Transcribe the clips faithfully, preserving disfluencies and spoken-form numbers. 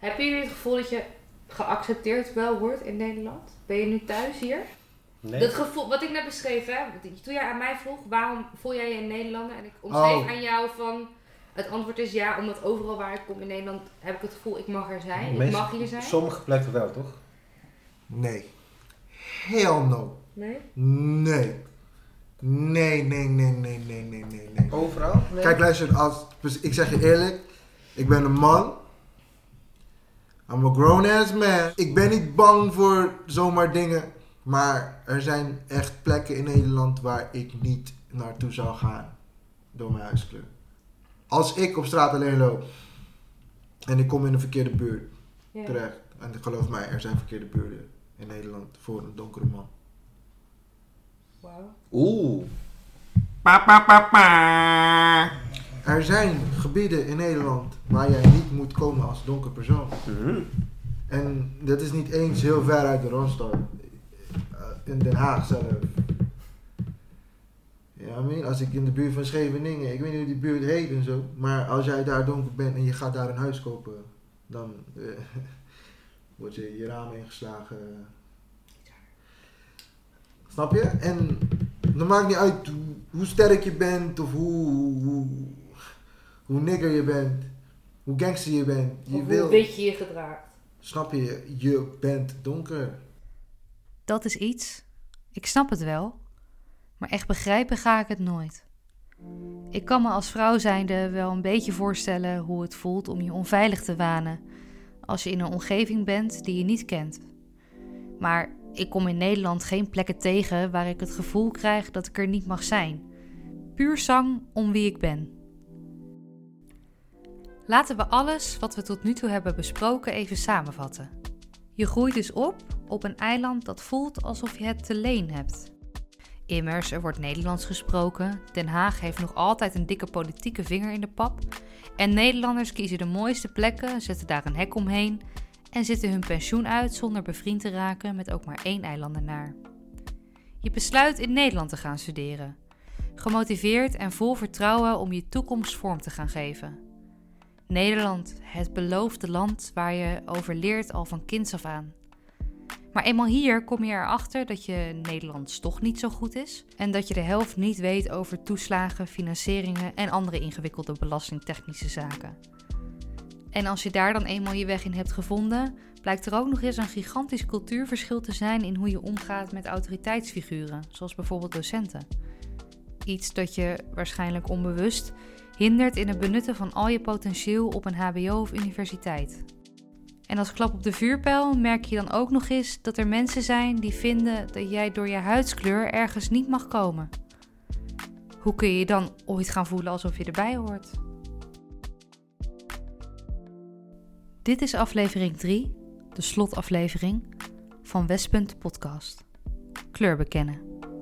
Heb je het gevoel dat je geaccepteerd wel wordt in Nederland? Ben je nu thuis hier? Nee. Dat gevoel, wat ik net beschreef, hè? Toen jij aan mij vroeg, waarom voel jij je in Nederlander? En ik omschreef oh. aan jou van, het antwoord is ja, omdat overal waar ik kom in Nederland heb ik het gevoel, ik mag er zijn. Ik mag hier zijn. Sommige plekken wel, toch? Nee. Hell no. Nee? Nee. Nee, nee, nee, nee, nee, nee, nee, nee. Overal? Nee. Kijk, luister, als, ik zeg je eerlijk, ik ben een man. I'm a grown ass man. Ik ben niet bang voor zomaar dingen. Maar er zijn echt plekken in Nederland waar ik niet naartoe zou gaan. Door mijn huiskleur. Als ik op straat alleen loop. En ik kom in een verkeerde buurt. Ja. Terecht. En geloof mij, er zijn verkeerde buurten in Nederland voor een donkere man. Wauw. Oeh. Pa, pa, pa, pa. Er zijn gebieden in Nederland waar jij niet moet komen als donker persoon. Mm-hmm. En dat is niet eens heel ver uit de Randstad. In Den Haag zelf. Ja, I mean, als ik in de buurt van Scheveningen, ik weet niet hoe die buurt heet en zo, maar als jij daar donker bent en je gaat daar een huis kopen, dan uh, word je je raam ingeslagen. Snap je? En dan maakt niet uit hoe, hoe sterk je bent of hoe, hoe, hoe nigger je bent, hoe gangster je bent. Je of wil, hoe wit je je gedraagt. Snap je? Je bent donker. Dat is iets. Ik snap het wel. Maar echt begrijpen ga ik het nooit. Ik kan me als vrouw zijnde wel een beetje voorstellen hoe het voelt om je onveilig te wanen als je in een omgeving bent die je niet kent. Maar ik kom in Nederland geen plekken tegen waar ik het gevoel krijg dat ik er niet mag zijn. Puur zang om wie ik ben. Laten we alles wat we tot nu toe hebben besproken even samenvatten. Je groeit dus op op een eiland dat voelt alsof je het te leen hebt. Immers, er wordt Nederlands gesproken, Den Haag heeft nog altijd een dikke politieke vinger in de pap en Nederlanders kiezen de mooiste plekken, zetten daar een hek omheen en zitten hun pensioen uit zonder bevriend te raken met ook maar één eilandenaar. Je besluit in Nederland te gaan studeren, gemotiveerd en vol vertrouwen om je toekomst vorm te gaan geven. Nederland, het beloofde land waar je over leert al van kinds af aan. Maar eenmaal hier kom je erachter dat je Nederlands toch niet zo goed is en dat je de helft niet weet over toeslagen, financieringen en andere ingewikkelde belastingtechnische zaken. En als je daar dan eenmaal je weg in hebt gevonden, blijkt er ook nog eens een gigantisch cultuurverschil te zijn in hoe je omgaat met autoriteitsfiguren, zoals bijvoorbeeld docenten. Iets dat je waarschijnlijk onbewust hindert in het benutten van al je potentieel op een hbo of universiteit. En als klap op de vuurpijl merk je dan ook nog eens dat er mensen zijn die vinden dat jij door je huidskleur ergens niet mag komen. Hoe kun je je dan ooit gaan voelen alsof je erbij hoort? Dit is aflevering drie, de slotaflevering van Westpunt Podcast. Kleur bekennen.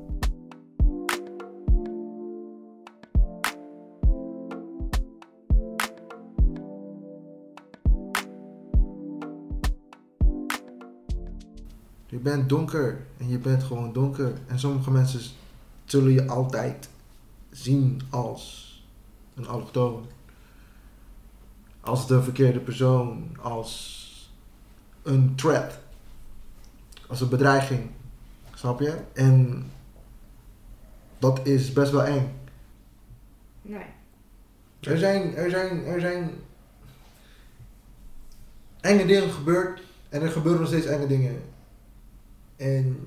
Je bent donker en je bent gewoon donker. En sommige mensen zullen je altijd zien als een allochtoon. Als de verkeerde persoon, als een threat. Als een bedreiging. Snap je? En dat is best wel eng. Nee. Er zijn, er zijn, er zijn enge dingen gebeurd en er gebeuren nog steeds enge dingen. En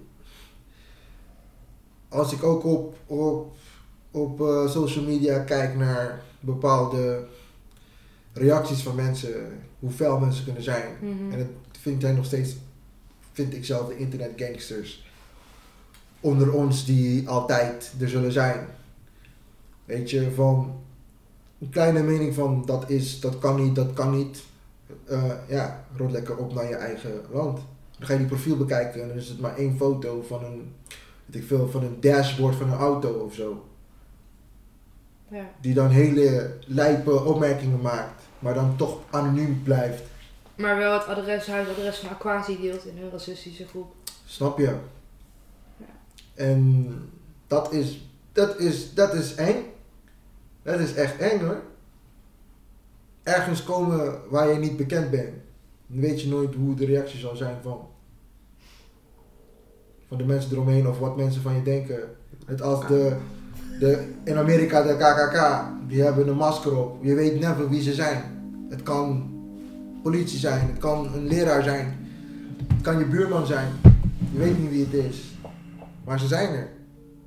als ik ook op, op, op uh, social media kijk naar bepaalde reacties van mensen, hoe fel mensen kunnen zijn. Mm-hmm. En dat vind ik nog steeds, vind ik zelf, de internetgangsters onder ons die altijd er zullen zijn. Weet je, van een kleine mening van dat is, dat kan niet, dat kan niet. Uh, ja, rot lekker op naar je eigen land. Dan ga je die profiel bekijken en dan is het maar één foto van een, weet ik veel, van een dashboard van een auto of zo. Ja. Die dan hele lijpe opmerkingen maakt, maar dan toch anoniem blijft. Maar wel het adres, huisadres van Aquasi deelt in hun racistische groep. Snap je? Ja. En dat is, dat is, dat is eng. Dat is echt eng hoor. Ergens komen waar je niet bekend bent. dan weet je nooit hoe de reactie zal zijn van, van de mensen eromheen of wat mensen van je denken. Het als de, de, in Amerika de K K K, die hebben een masker op. Je weet never wie ze zijn. Het kan politie zijn, het kan een leraar zijn, het kan je buurman zijn. Je weet niet wie het is, maar ze zijn er.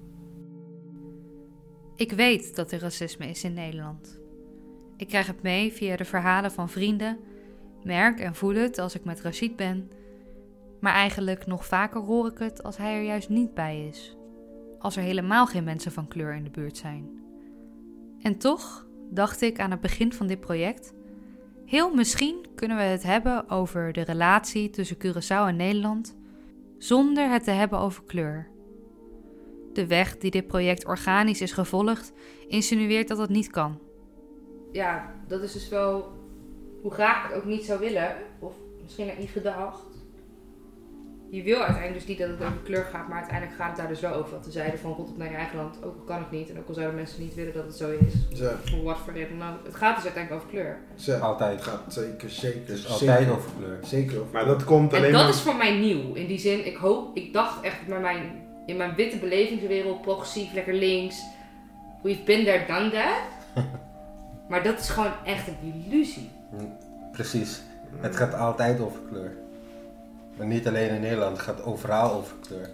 Ik weet dat er racisme is in Nederland. Ik krijg het mee via de verhalen van vrienden, merk en voel het als ik met Rashid ben. Maar eigenlijk nog vaker hoor ik het als hij er juist niet bij is. Als er helemaal geen mensen van kleur in de buurt zijn. En toch dacht ik aan het begin van dit project, heel misschien kunnen we het hebben over de relatie tussen Curaçao en Nederland, zonder het te hebben over kleur. De weg die dit project organisch is gevolgd, insinueert dat het niet kan. Ja, dat is dus wel hoe graag ik het ook niet zou willen, of misschien net niet gedacht. Je wil uiteindelijk dus niet dat het over kleur gaat, maar uiteindelijk gaat het daar dus wel over. Wat we zeiden van rot op naar je eigen land, ook al kan het niet. En ook al zouden mensen niet willen dat het zo is. Zo. Voor wat voor reden dan ook. Het gaat dus uiteindelijk over kleur. Zo. Altijd. Het gaat zeker, zeker. Het is zeker, altijd over kleur. Zeker over Maar dat komt En alleen dat maar... is voor mij nieuw. In die zin, ik hoop, ik dacht echt met mijn, in mijn witte belevingswereld, progressief, lekker links. We've been there, done that. Maar dat is gewoon echt een illusie. Precies. Het gaat altijd over kleur. Maar niet alleen in Nederland, het gaat overal over kleur.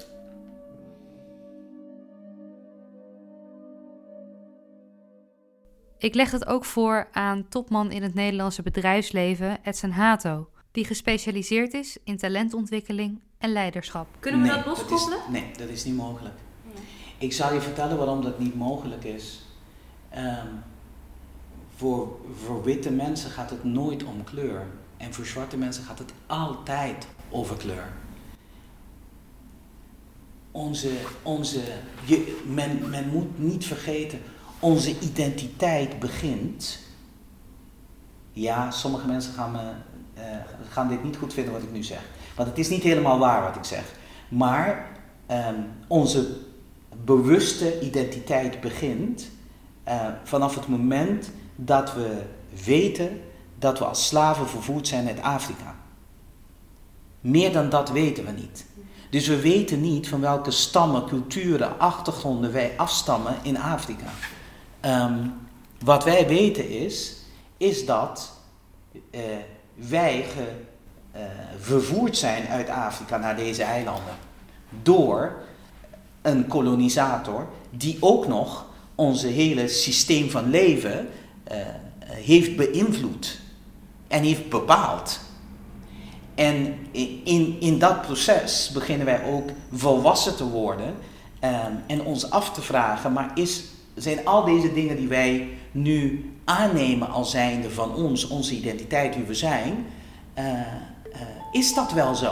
Ik leg het ook voor aan topman in het Nederlandse bedrijfsleven, Edson Hato, die gespecialiseerd is in talentontwikkeling en leiderschap. Kunnen we Nee, dat loskoppelen? is, nee, dat is niet mogelijk. Ik zal je vertellen waarom dat niet mogelijk is. Um, voor, voor witte mensen gaat het nooit om kleur. En voor zwarte mensen gaat het altijd over kleur. Onze, onze, je, men, men moet niet vergeten, onze identiteit begint. Ja, sommige mensen gaan, me, uh, gaan dit niet goed vinden wat ik nu zeg. Want het is niet helemaal waar wat ik zeg. Maar um, onze bewuste identiteit begint uh, vanaf het moment dat we weten dat we als slaven vervoerd zijn uit Afrika. Meer dan dat weten we niet. Dus we weten niet van welke stammen, culturen, achtergronden wij afstammen in Afrika. Um, wat wij weten is, is dat uh, wij ge, uh, vervoerd zijn uit Afrika naar deze eilanden. Door een kolonisator die ook nog onze hele systeem van leven uh, heeft beïnvloed en heeft bepaald. En in, in dat proces beginnen wij ook volwassen te worden um, en ons af te vragen, maar is, zijn al deze dingen die wij nu aannemen als zijnde van ons, onze identiteit, wie we zijn, uh, uh, is dat wel zo?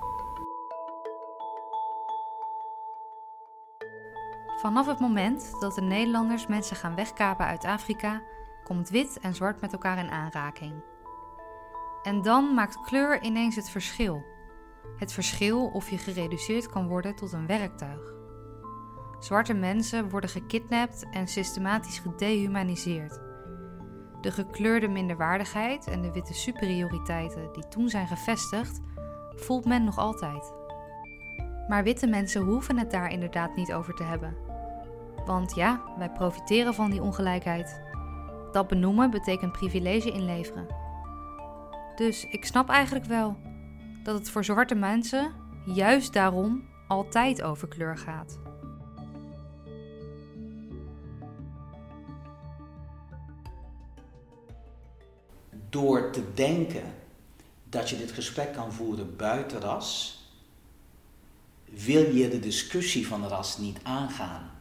Vanaf het moment dat de Nederlanders mensen gaan wegkapen uit Afrika, komt wit en zwart met elkaar in aanraking. En dan maakt kleur ineens het verschil. Het verschil of je gereduceerd kan worden tot een werktuig. Zwarte mensen worden gekidnapt en systematisch gedehumaniseerd. De gekleurde minderwaardigheid en de witte superioriteiten die toen zijn gevestigd, voelt men nog altijd. Maar witte mensen hoeven het daar inderdaad niet over te hebben. Want ja, wij profiteren van die ongelijkheid. Dat benoemen betekent privilege inleveren. Dus ik snap eigenlijk wel dat het voor zwarte mensen juist daarom altijd over kleur gaat. Door te denken dat je dit gesprek kan voeren buiten ras, wil je de discussie van ras niet aangaan.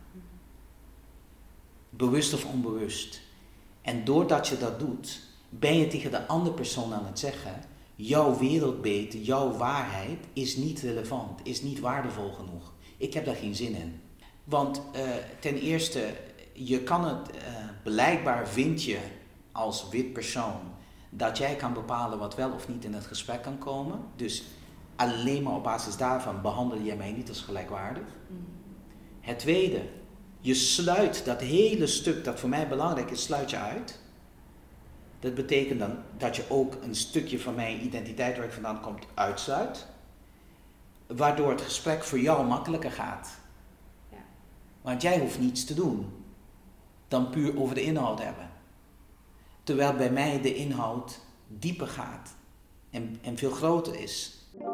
Bewust of onbewust. En doordat je dat doet, ben je tegen de andere persoon aan het zeggen, jouw wereldbeeld, jouw waarheid is niet relevant, is niet waardevol genoeg. Ik heb daar geen zin in. Want uh, ten eerste, je kan het, uh, blijkbaar vind je als wit persoon dat jij kan bepalen wat wel of niet in het gesprek kan komen. Dus alleen maar op basis daarvan behandel jij mij niet als gelijkwaardig. Het tweede, je sluit dat hele stuk dat voor mij belangrijk is, sluit je uit. Dat betekent dan dat je ook een stukje van mijn identiteit waar ik vandaan kom uitsluit. Waardoor het gesprek voor jou makkelijker gaat. Ja. Want jij hoeft niets te doen dan puur over de inhoud hebben. Terwijl bij mij de inhoud dieper gaat en, en veel groter is.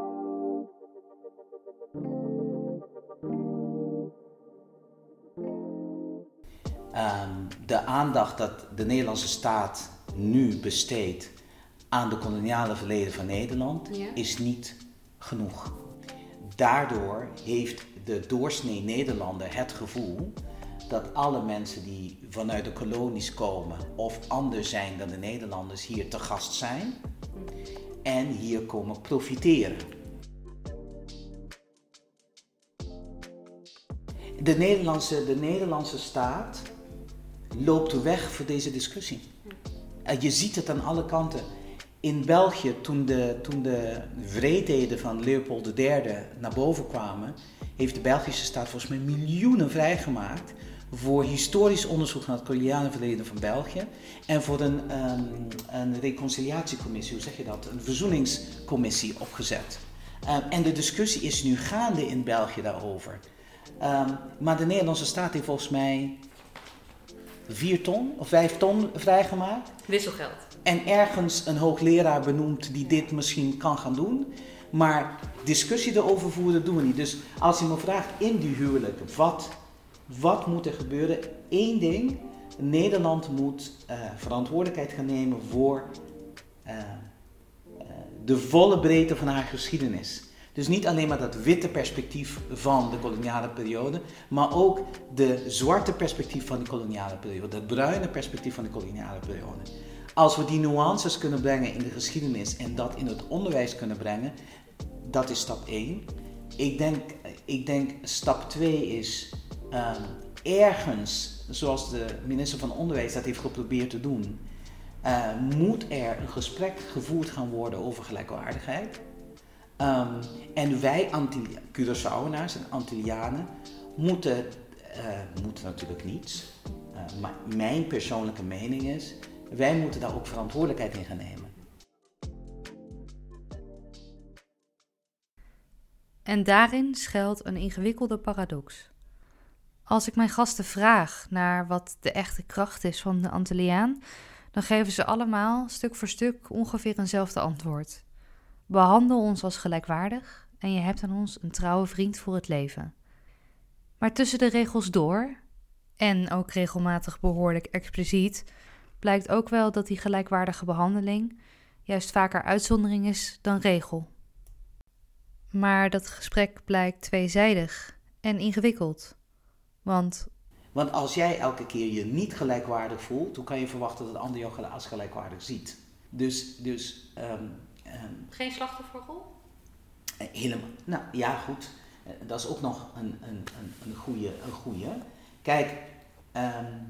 Um, de aandacht dat de Nederlandse staat nu besteedt aan de koloniale verleden van Nederland ja. is niet genoeg. Daardoor heeft de doorsnee Nederlander het gevoel dat alle mensen die vanuit de kolonies komen of anders zijn dan de Nederlanders hier te gast zijn en hier komen profiteren. De Nederlandse, de Nederlandse staat loopt weg voor deze discussie. Je ziet het aan alle kanten. In België, toen de, toen de wreedheden van Leopold de derde naar boven kwamen, heeft de Belgische staat volgens mij miljoenen vrijgemaakt voor historisch onderzoek naar het koloniale verleden van België en voor een, um, een reconciliatiecommissie, hoe zeg je dat, een verzoeningscommissie opgezet. Um, en de discussie is nu gaande in België daarover. Um, maar de Nederlandse staat heeft volgens mij vier ton of vijf ton vrijgemaakt. Wisselgeld. En ergens een hoogleraar benoemd die dit misschien kan gaan doen. Maar discussie erover voeren doen we niet. Dus als je me vraagt in die huwelijk, wat, wat moet er gebeuren? Eén ding, Nederland moet uh, verantwoordelijkheid gaan nemen voor uh, uh, de volle breedte van haar geschiedenis. Dus niet alleen maar dat witte perspectief van de koloniale periode, maar ook de zwarte perspectief van de koloniale periode, het bruine perspectief van de koloniale periode. Als we die nuances kunnen brengen in de geschiedenis en dat in het onderwijs kunnen brengen, dat is stap één. Ik denk, ik denk stap twee is uh, ergens, zoals de minister van Onderwijs dat heeft geprobeerd te doen, uh, moet er een gesprek gevoerd gaan worden over gelijkwaardigheid. Um, en wij Antilli- Curaçaoënaars en Antillianen moeten, uh, moeten natuurlijk niets. Uh, maar mijn persoonlijke mening is, wij moeten daar ook verantwoordelijkheid in gaan nemen. En daarin schuilt een ingewikkelde paradox. Als ik mijn gasten vraag naar wat de echte kracht is van de Antilliaan, dan geven ze allemaal stuk voor stuk ongeveer eenzelfde antwoord. Behandel ons als gelijkwaardig en je hebt aan ons een trouwe vriend voor het leven. Maar tussen de regels door, en ook regelmatig behoorlijk expliciet, blijkt ook wel dat die gelijkwaardige behandeling juist vaker uitzondering is dan regel. Maar dat gesprek blijkt tweezijdig en ingewikkeld. Want... Want als jij elke keer je niet gelijkwaardig voelt, hoe kan je verwachten dat de ander jou als gelijkwaardig ziet? Dus... dus um, um, Geen slachtofferrol? Helemaal. Nou ja, goed. Dat is ook nog een, een, een, een goede. Een goeie. Kijk, um,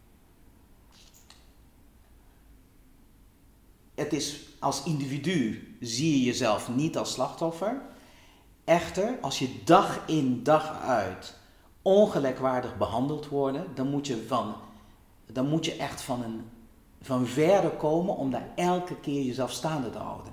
het is als individu zie je jezelf niet als slachtoffer. Echter, als je dag in dag uit ongelijkwaardig behandeld wordt, dan moet je van, dan moet je echt van een van verre komen om daar elke keer jezelf staande te houden.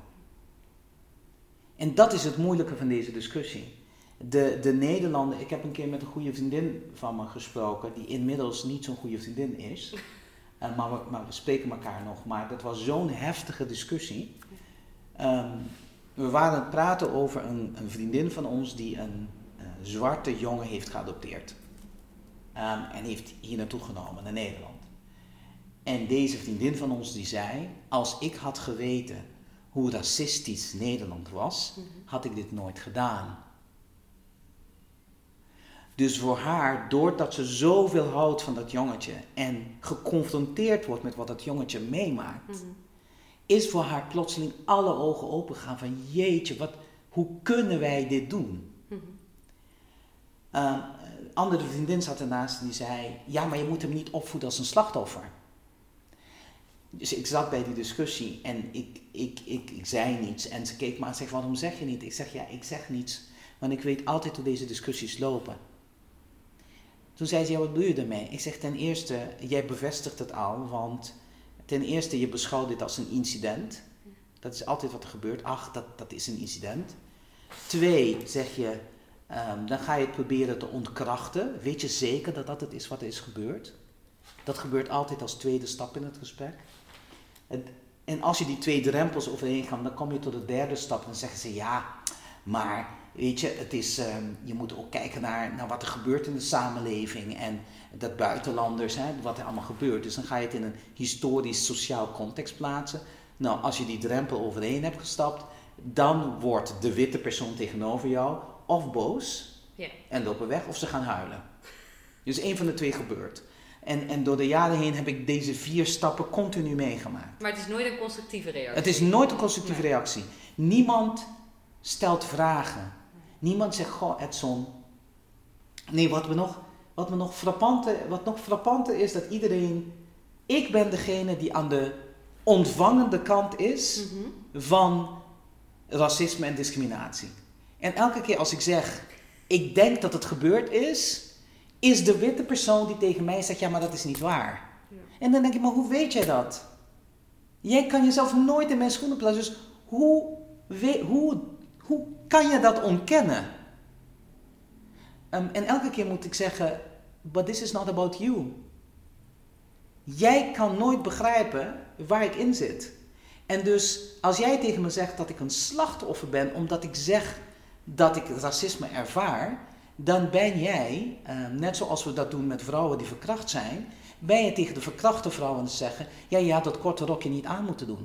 En dat is het moeilijke van deze discussie. De, de Nederlander, ik heb een keer met een goede vriendin van me gesproken, die inmiddels niet zo'n goede vriendin is, uh, maar, we, maar we spreken elkaar nog. Maar dat was zo'n heftige discussie. Um, we waren aan het praten over een, een vriendin van ons die een uh, zwarte jongen heeft geadopteerd. Um, en heeft hier naartoe genomen, naar Nederland. En deze vriendin van ons die zei, als ik had geweten hoe racistisch Nederland was, had ik dit nooit gedaan. Dus voor haar, doordat ze zoveel houdt van dat jongetje en geconfronteerd wordt met wat dat jongetje meemaakt, mm-hmm. is voor haar plotseling alle ogen opengegaan van jeetje, wat, hoe kunnen wij dit doen? Mm-hmm. Uh, een andere vriendin zat ernaast en die zei, ja, maar je moet hem niet opvoeden als een slachtoffer. Dus ik zat bij die discussie en ik, ik, ik, ik zei niets en ze keek me aan en zegt, waarom zeg je niet? Ik zeg, ja, ik zeg niets, want ik weet altijd hoe deze discussies lopen. Toen zei ze, ja, wat doe je ermee? Ik zeg, ten eerste, jij bevestigt het al, want Ten eerste, je beschouwt dit als een incident. Dat is altijd wat er gebeurt. Ach, dat, dat is een incident. Twee, zeg je, um, dan ga je het proberen te ontkrachten. Weet je zeker dat dat het is wat er is gebeurd? Dat gebeurt altijd als tweede stap in het gesprek. En, en als je die twee drempels overheen gaat, dan kom je tot de derde stap. En dan zeggen ze, ja, maar weet je, het is, um, je moet ook kijken naar, naar wat er gebeurt in de samenleving. En dat buitenlanders, hè, wat er allemaal gebeurt. Dus dan ga je het in een historisch, sociaal context plaatsen. Nou, als je die drempel overheen hebt gestapt, dan wordt de witte persoon tegenover jou of boos Ja. en lopen weg, of ze gaan huilen. Dus één van de twee gebeurt. En, en door de jaren heen heb ik deze vier stappen continu meegemaakt. Maar het is nooit een constructieve reactie. Het is nooit een constructieve Nee. reactie. Niemand stelt vragen. Niemand zegt, goh Edson. Nee, wat me nog, wat me nog frappanter, wat nog frappanter is, dat iedereen... Ik ben degene die aan de ontvangende kant is Mm-hmm. van racisme en discriminatie. En elke keer als ik zeg, ik denk dat het gebeurd is, is de witte persoon die tegen mij zegt, ja, maar dat is niet waar. Ja. En dan denk ik, maar hoe weet jij dat? Jij kan jezelf nooit in mijn schoenen plaatsen, dus hoe, we, hoe, hoe kan je dat ontkennen? Um, en elke keer moet ik zeggen, but this is not about you. Jij kan nooit begrijpen waar ik in zit. En dus als jij tegen me zegt dat ik een slachtoffer ben omdat ik zeg dat ik racisme ervaar, dan ben jij, uh, net zoals we dat doen met vrouwen die verkracht zijn, ben je tegen de verkrachte vrouwen te zeggen, ja, je had dat korte rokje niet aan moeten doen.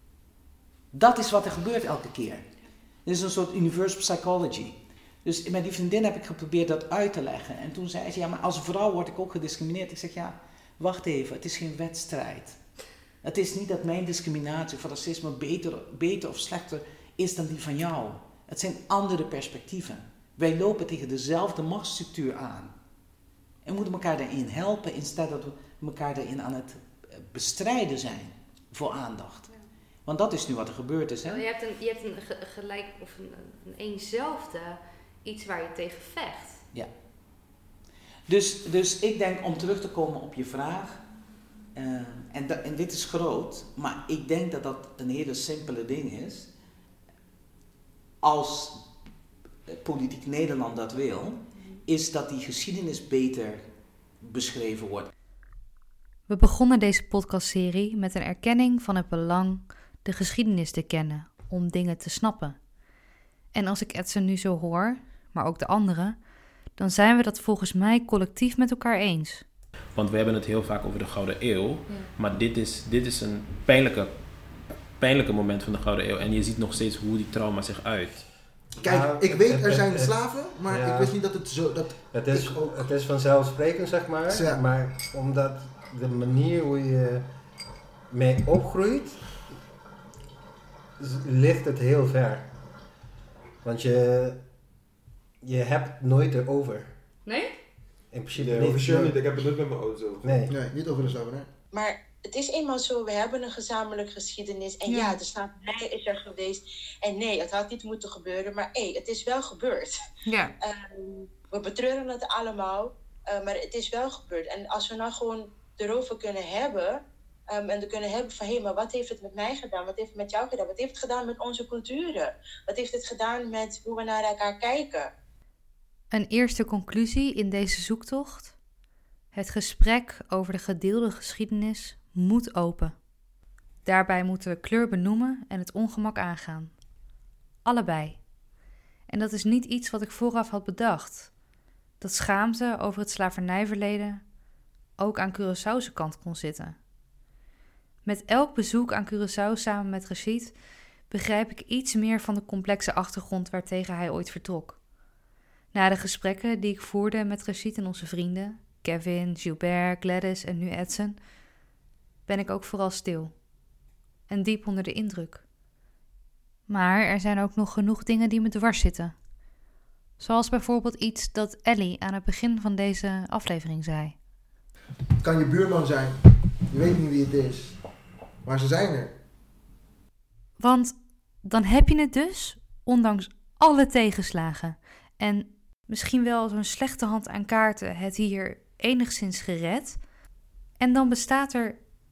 Dat is wat er gebeurt elke keer. Dit is een soort universal psychology. Dus met die vriendin heb ik geprobeerd dat uit te leggen. En toen zei ze, ja, maar als vrouw word ik ook gediscrimineerd. Ik zeg, ja, wacht even, het is geen wedstrijd. Het is niet dat mijn discriminatie of racisme beter, beter of slechter is dan die van jou. Het zijn andere perspectieven. Wij lopen tegen dezelfde machtsstructuur aan. En we moeten elkaar daarin helpen, instead dat we elkaar daarin aan het bestrijden zijn voor aandacht. Want dat is nu wat er gebeurd is. Hè? Je hebt een, je hebt een ge- gelijk, of een, een eenzelfde iets waar je tegen vecht. Ja. Dus, dus ik denk, om terug te komen op je vraag, uh, en, da, en dit is groot, maar ik denk dat dat een hele simpele ding is. Als Politiek Nederland dat wil, is dat die geschiedenis beter beschreven wordt. We begonnen deze podcastserie met een erkenning van het belang de geschiedenis te kennen om dingen te snappen. En als ik Edson nu zo hoor, maar ook de anderen, dan zijn we dat volgens mij collectief met elkaar eens. Want we hebben het heel vaak over de Gouden Eeuw, ja. maar dit is, dit is een pijnlijke, pijnlijke moment van de Gouden Eeuw en je ziet nog steeds hoe die trauma zich uit. Kijk, Ja, ik weet het- er zijn het- slaven, maar ja. ik wist niet dat het zo... Dat Het is, ik ook- het is vanzelfsprekend, zeg maar. Ja. Maar omdat de manier hoe je mee opgroeit, z- ligt het heel ver. Want je, je hebt nooit erover. Nee? In principe Nee, niet. officieel niet. Ik heb het nooit met mijn ouders over. Nee. Nee, niet over de slavernij. Maar het is eenmaal zo, we hebben een gezamenlijke geschiedenis. En Ja. ja, de slavernij is er geweest. En nee, het had niet moeten gebeuren. Maar hé, het is wel gebeurd. Ja. Ehm, we betreuren het allemaal. uh, maar het is wel gebeurd. En als we nou gewoon erover kunnen hebben. Um, en we kunnen hebben van, hé, hey, maar wat heeft het met mij gedaan? Wat heeft het met jou gedaan? Wat heeft het gedaan met onze culturen? Wat heeft het gedaan met hoe we naar elkaar kijken? Een eerste conclusie in deze zoektocht: het gesprek over de gedeelde geschiedenis moet open. Daarbij moeten we kleur benoemen en het ongemak aangaan. Allebei. En dat is niet iets wat ik vooraf had bedacht. Dat schaamte over het slavernijverleden ook aan Curaçao's kant kon zitten. Met elk bezoek aan Curaçao samen met Rachid begrijp ik iets meer van de complexe achtergrond waartegen hij ooit vertrok. Na de gesprekken die ik voerde met Rachid en onze vrienden, Kevin, Gilbert, Gladys en nu Edson, ben ik ook vooral stil en diep onder de indruk. Maar er zijn ook nog genoeg dingen die me dwars zitten. Zoals bijvoorbeeld iets dat Ellie aan het begin van deze aflevering zei. Het kan je buurman zijn. Je weet niet wie het is. Maar ze zijn er. Want dan heb je het dus, ondanks alle tegenslagen en misschien wel zo'n slechte hand aan kaarten, het hier enigszins gered. En dan bestaat er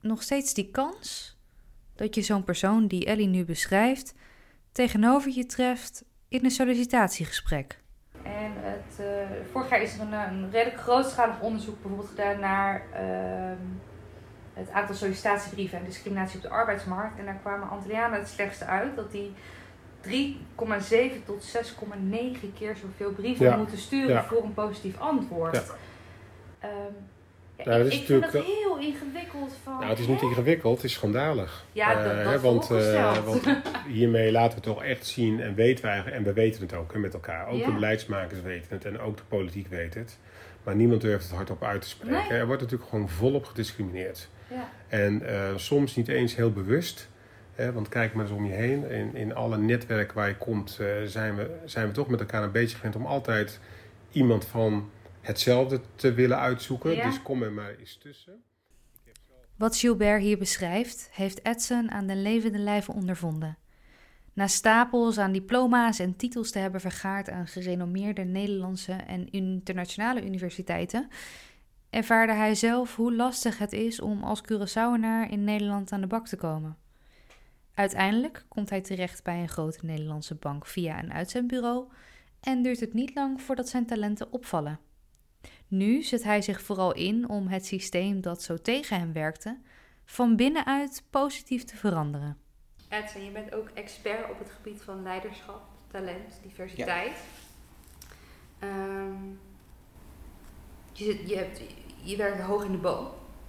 nog steeds die kans dat je zo'n persoon die Ellie nu beschrijft tegenover je treft in een sollicitatiegesprek. En het, uh, vorig jaar is er een, een redelijk grootschalig onderzoek bijvoorbeeld gedaan naar uh, het aantal sollicitatiebrieven en discriminatie op de arbeidsmarkt. En daar kwamen Antillianen het slechtste uit, dat die drie komma zeven tot zes komma negen keer zoveel brieven ja. moeten sturen ja. voor een positief antwoord. Ja. Um, Nou, ik dat is ik vind natuurlijk, dat heel ingewikkeld. Van, nou, het is niet hè? ingewikkeld, het is schandalig. Ja, dat, dat uh, want, uh, want hiermee laten we toch echt zien en weten wij, en we weten het ook hè, met elkaar. Ook ja. de beleidsmakers weten het en ook de politiek weet het. Maar niemand durft het hardop uit te spreken. Nee. Er wordt natuurlijk gewoon volop gediscrimineerd. Ja. En uh, soms niet eens heel bewust. Hè, want kijk maar eens om je heen. In, in alle netwerken waar je komt uh, zijn, we, zijn we toch met elkaar een beetje gewend om altijd iemand van hetzelfde te willen uitzoeken. Ja. Dus kom er maar eens tussen. Wat Gilbert hier beschrijft, heeft Edson aan de levende lijve ondervonden. Na stapels aan diploma's en titels te hebben vergaard aan gerenommeerde Nederlandse en internationale universiteiten, ervaarde hij zelf hoe lastig het is om als Curaçaoenaar in Nederland aan de bak te komen. Uiteindelijk komt hij terecht bij een grote Nederlandse bank via een uitzendbureau en duurt het niet lang voordat zijn talenten opvallen. Nu zet hij zich vooral in om het systeem dat zo tegen hem werkte van binnenuit positief te veranderen. Edson, je bent ook expert op het gebied van leiderschap, talent, diversiteit. Ja. Um, je, zit, je, hebt, je werkt hoog in de boom.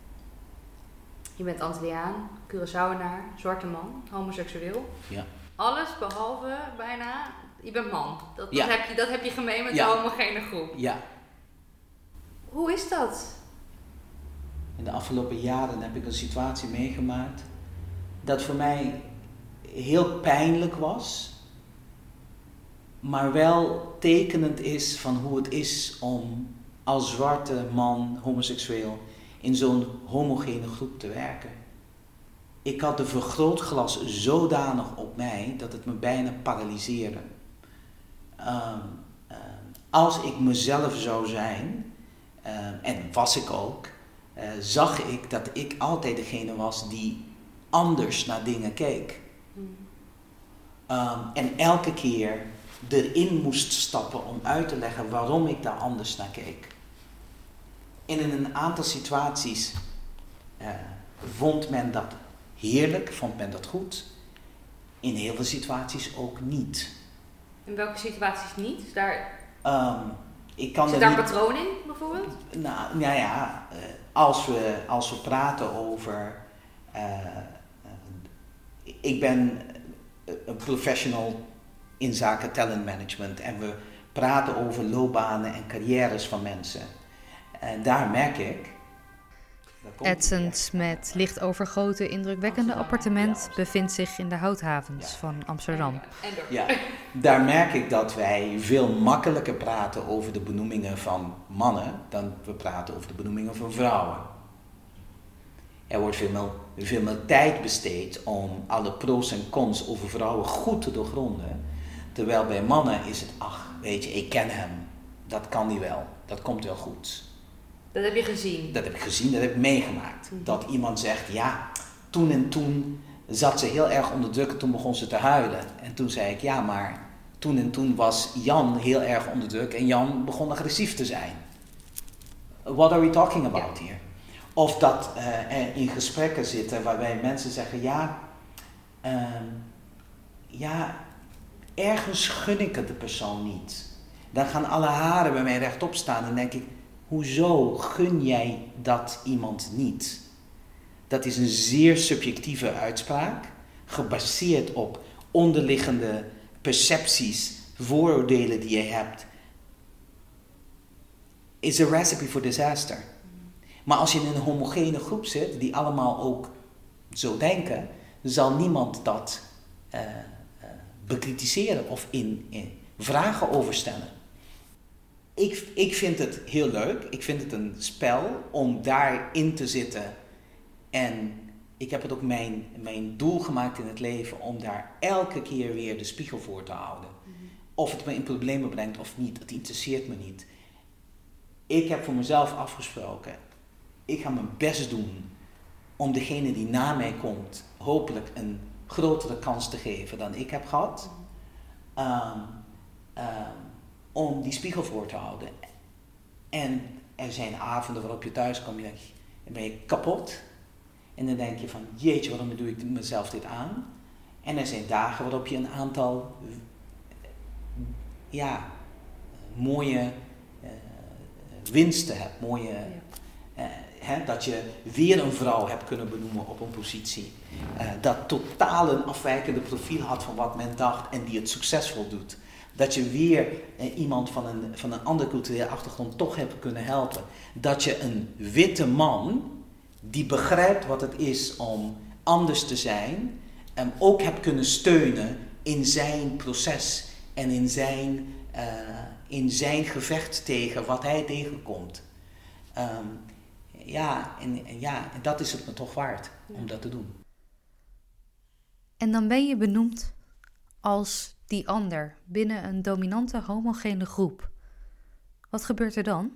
Je bent Antilliaan, Curaçaoenaar, zwarte man, homoseksueel. Ja. Alles behalve bijna, je bent man. Dat, ja. dat, heb, je, dat heb je gemeen met ja. de homogene groep. Ja. Hoe is dat? In de afgelopen jaren heb ik een situatie meegemaakt dat voor mij heel pijnlijk was, maar wel tekenend is van hoe het is om als zwarte man, homoseksueel, in zo'n homogene groep te werken. Ik had de vergrootglas zodanig op mij dat het me bijna paralyseerde. Um, um, als ik mezelf zou zijn, um, en was ik ook, uh, zag ik dat ik altijd degene was die anders naar dingen keek. Mm. Um, en elke keer erin moest stappen om uit te leggen waarom ik daar anders naar keek. En in een aantal situaties uh, vond men dat heerlijk, vond men dat goed. In heel veel situaties ook niet. In welke situaties niet? Daar... Um, ik kan Zit daar een patroon in, bijvoorbeeld? Nou, nou ja, uh, als, we, als we praten over... Uh, uh, ik ben een professional in zaken talentmanagement en we praten over loopbanen en carrières van mensen. En daar merk ik... Edsons met licht overgoten, indrukwekkende appartement bevindt zich in de houthavens ja. van Amsterdam. Ja, daar merk ik dat wij veel makkelijker praten over de benoemingen van mannen dan we praten over de benoemingen van vrouwen. Er wordt veel meer, veel meer tijd besteed om alle pro's en cons over vrouwen goed te doorgronden. Terwijl bij mannen is het, ach, weet je, ik ken hem, dat kan hij wel, dat komt wel goed. Dat heb je gezien? Dat heb ik gezien, dat heb ik meegemaakt. Mm-hmm. Dat iemand zegt, ja, toen en toen zat ze heel erg onder druk en toen begon ze te huilen. En toen zei ik, ja, maar toen en toen was Jan heel erg onder druk en Jan begon agressief te zijn. What are we talking about ja. here? Of dat uh, er in gesprekken zitten waarbij mensen zeggen, ja, uh, ja, ergens gun ik het de persoon niet. Dan gaan alle haren bij mij rechtop staan en denk ik, hoezo gun jij dat iemand niet? Dat is een zeer subjectieve uitspraak, gebaseerd op onderliggende percepties, vooroordelen die je hebt. Is a recipe for disaster. Maar als je in een homogene groep zit, die allemaal ook zo denken, zal niemand dat uh, uh, bekritiseren of in, in vragen over stellen. Ik, ik vind het heel leuk. Ik vind het een spel om daarin te zitten. En ik heb het ook mijn, mijn doel gemaakt in het leven om daar elke keer weer de spiegel voor te houden. Mm-hmm. Of het me in problemen brengt of niet, het interesseert me niet. Ik heb voor mezelf afgesproken, ik ga mijn best doen om degene die na mij komt hopelijk een grotere kans te geven dan ik heb gehad. Um, um, om die spiegel voor te houden. En er zijn avonden waarop je thuis komt en denk je, dan ben je kapot. En dan denk je van, jeetje, waarom doe ik mezelf dit aan? En er zijn dagen waarop je een aantal ja, mooie uh, winsten hebt. Mooie, uh, hè, dat je weer een vrouw hebt kunnen benoemen op een positie. Uh, dat totaal een afwijkende profiel had van wat men dacht en die het succesvol doet. Dat je weer uh, iemand van een, van een andere culturele achtergrond toch hebt kunnen helpen. Dat je een witte man die begrijpt wat het is om anders te zijn, um, ook hebt kunnen steunen in zijn proces en in zijn, uh, in zijn gevecht tegen wat hij tegenkomt. Um, ja, en, en ja, en dat is het me toch waard om dat te doen. En dan ben je benoemd als die ander binnen een dominante homogene groep. Wat gebeurt er dan?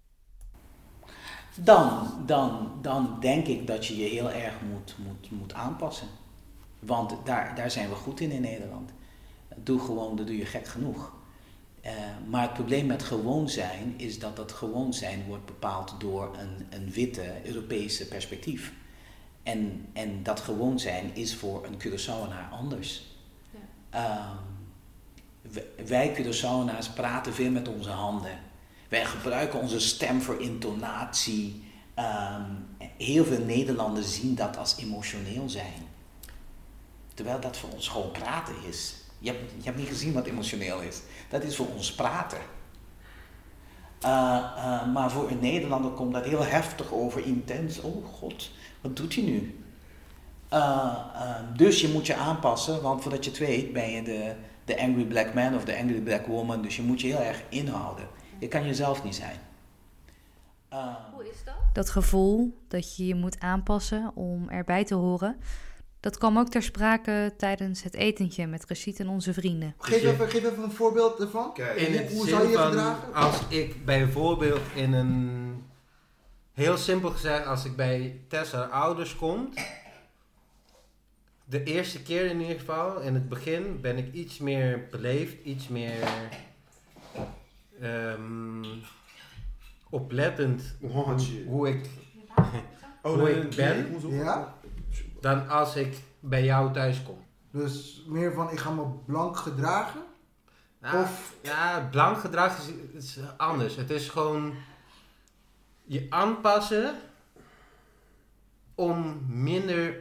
Dan, dan, dan denk ik dat je je heel erg moet, moet, moet aanpassen. Want daar, daar zijn we goed in in Nederland. Doe gewoon, dat doe je gek genoeg. Uh, maar het probleem met gewoon zijn is dat dat gewoon zijn wordt bepaald door een, een witte Europese perspectief. En, en dat gewoon zijn is voor een Curaçaoenaar anders. Ja. Uh, wij Curaçaoenaars praten veel met onze handen. Wij gebruiken onze stem voor intonatie. Um, heel veel Nederlanders zien dat als emotioneel zijn. Terwijl dat voor ons gewoon praten is. Je hebt, je hebt niet gezien wat emotioneel is. Dat is voor ons praten. Uh, uh, maar voor een Nederlander komt dat heel heftig over, intens. Oh god, wat doet hij nu? Uh, uh, dus je moet je aanpassen, want voordat je het weet ben je de, de angry black man of de angry black woman. Dus je moet je heel erg inhouden. Je kan jezelf niet zijn. Uh, Hoe is dat? Dat gevoel dat je je moet aanpassen om erbij te horen, dat kwam ook ter sprake tijdens het etentje met Rashid en onze vrienden. Geef even, geef even een voorbeeld ervan. Kijk, in hoe het hoe zin zou je je van, gedragen? als ik bijvoorbeeld in een, heel simpel gezegd, als ik bij Tessa ouders kom, de eerste keer in ieder geval, in het begin, ben ik iets meer beleefd, iets meer um, oplettend hoe, hoe ik, oh, hoe nee, ik ben, Ja? dan als ik bij jou thuis kom. Dus meer van, ik ga me blank gedragen? Nou, Of- ja, blank gedrag is, is anders. Het is gewoon je aanpassen om minder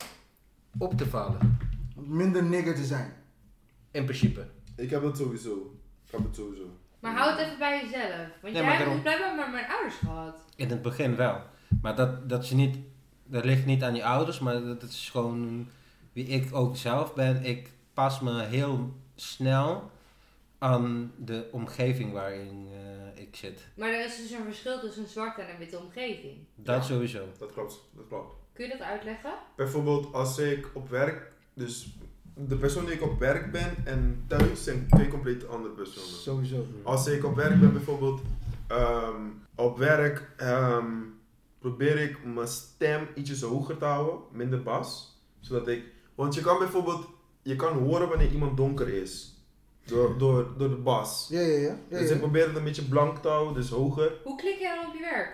op te vallen. Minder nigger te zijn. In principe. Ik heb dat sowieso. Ik heb het sowieso. Maar hou het even bij jezelf. Want Ja, jij maar hebt daarom- dus blijkbaar met mijn ouders gehad. In het begin wel. Maar dat, dat, is niet, dat ligt niet aan je ouders, maar dat is gewoon wie ik ook zelf ben. Ik pas me heel snel aan de omgeving waarin uh, ik zit. Maar er is dus een verschil tussen een zwarte en een witte omgeving. Dat Ja. sowieso. Dat klopt, dat klopt. Kun je dat uitleggen? Bijvoorbeeld als ik op werk, dus de persoon die ik op werk ben en thuis zijn twee compleet andere personen. Sowieso. Als ik op werk ben bijvoorbeeld, um, op werk um, probeer ik mijn stem ietsjes hoger te houden, minder bas. Zodat ik, want je kan bijvoorbeeld, je kan horen wanneer iemand donker is. Door, door, door de bas. Ja, ja, ja. ja, Dus ja. ik probeer het een beetje blank te houden, dus hoger. Hoe klik jij dan op je werk?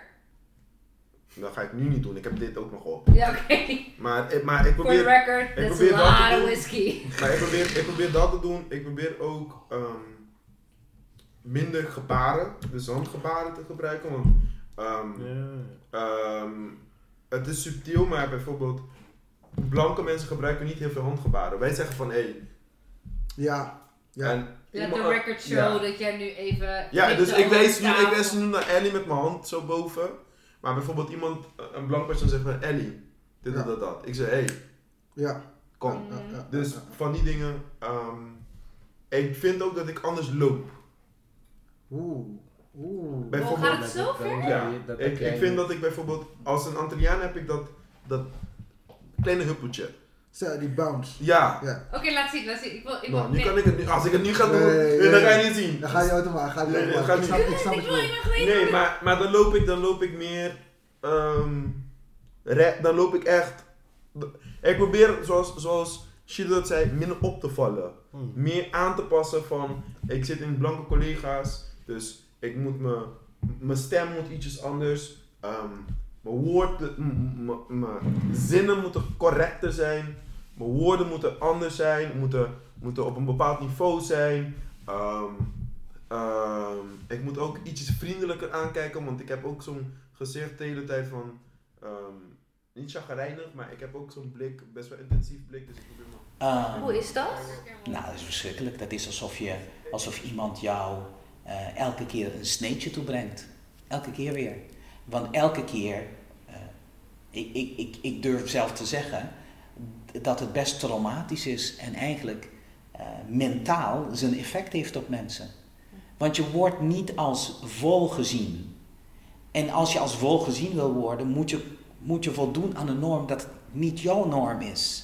Dat ga ik nu niet doen, ik heb dit ook nog op. Ja, oké. Okay. Maar, ik- maar ik For the probeer... record, ik that's probeer a dat te lot of doen. whiskey. Maar ik probeer, ik probeer dat te doen. Ik probeer ook um, minder gebaren, dus handgebaren te gebruiken. Want um, Ja. um, het is subtiel, maar bijvoorbeeld blanke mensen gebruiken niet heel veel handgebaren. Wij zeggen van hé. Hey, Ja. Ja. en Let iemand- the record show ja. dat jij nu even... Ja, niet dus te ik wijs, nu, ik overstaat. wijs nu naar Ellie met mijn hand zo boven. Maar bijvoorbeeld iemand, een blank persoon zegt van Ellie, dit, Ja. dat, dat, dat. Ik zeg hé, hey, Ja. kom. Ja, ja, Dus ja. van die dingen, um, ik vind ook dat ik anders loop. Oeh. Oeh. Bijvoorbeeld, gaat het zo ver? ja, Dat ik, ik vind dat ik bijvoorbeeld, als een Antilliaan heb ik dat, dat kleine huppeltje. Zo, die bounce. Ja, Ja. Oké, laat zien, laat zien. Ik wil... Ik wil nou, nu nee. kan ik het nu, als ik het nu ga doen, Nee, nee, dan nee. ga je niet zien. Dan ga je automatisch. Ga je Nee, nee, automatisch. dat gaat Ik snap, niet. ik snap Ik het wil wel. je nog weten. Nee, maar, maar dan loop ik, dan loop ik meer, um, re- dan loop ik echt... Ik probeer, zoals, zoals Shido dat zei, minder op te vallen. Hmm. Meer aan te passen van, ik zit in blanke collega's, dus ik moet me, mijn stem moet ietsjes anders. Um, mijn woorden, m- m- mijn zinnen moeten correcter zijn. Mijn woorden moeten anders zijn, moeten, moeten op een bepaald niveau zijn. Um, um, ik moet ook ietsjes vriendelijker aankijken, want ik heb ook zo'n gezicht de hele tijd van... Um, niet chagrijnig, maar ik heb ook zo'n blik, best wel intensief blik, dus ik probeer me... Um, Hoe is dat? Nou, dat is verschrikkelijk. Dat is alsof, je, alsof iemand jou uh, elke keer een sneetje toebrengt. Elke keer weer. Want elke keer, uh, ik, ik, ik, ik durf zelf te zeggen, dat het best traumatisch is en eigenlijk uh, mentaal zijn effect heeft op mensen. Want je wordt niet als vol gezien. En als je als vol gezien wil worden, moet je, moet je voldoen aan een norm dat niet jouw norm is.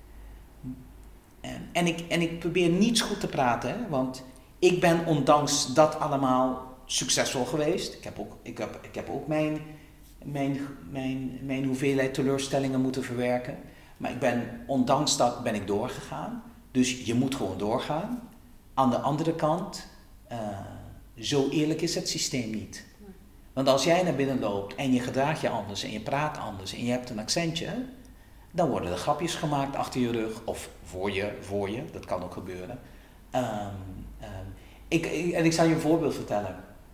En, en, ik, en ik probeer niets goed te praten, hè, want ik ben ondanks dat allemaal succesvol geweest. Ik heb ook, ik heb, ik heb ook mijn, mijn, mijn, mijn hoeveelheid teleurstellingen moeten verwerken. Maar ik ben, ondanks dat ben ik doorgegaan. Dus je moet gewoon doorgaan. Aan de andere kant, uh, zo eerlijk is het systeem niet. Want als jij naar binnen loopt en je gedraagt je anders en je praat anders en je hebt een accentje, dan worden er grapjes gemaakt achter je rug of voor je, voor je. Dat kan ook gebeuren. Um, um, ik, ik, en ik zal je een voorbeeld vertellen.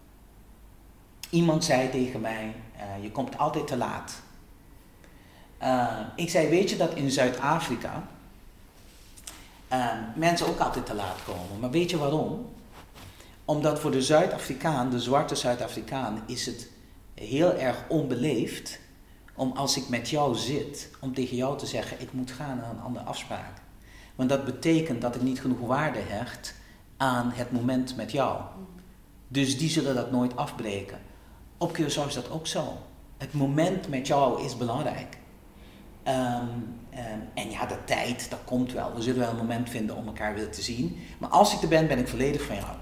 Iemand zei tegen mij, uh, je komt altijd te laat. Uh, ik zei, weet je dat in Zuid-Afrika uh, mensen ook altijd te laat komen. Maar weet je waarom? Omdat voor de Zuid-Afrikaan, de zwarte Zuid-Afrikaan, is het heel erg onbeleefd om als ik met jou zit, om tegen jou te zeggen, ik moet gaan naar een andere afspraak. Want dat betekent dat ik niet genoeg waarde hecht aan het moment met jou. Dus die zullen dat nooit afbreken. Op Curaçao is dat ook zo. Het moment met jou is belangrijk. Um, um, en ja, de tijd, dat komt wel. We zullen wel een moment vinden om elkaar weer te zien. Maar als ik er ben, ben ik volledig van jou.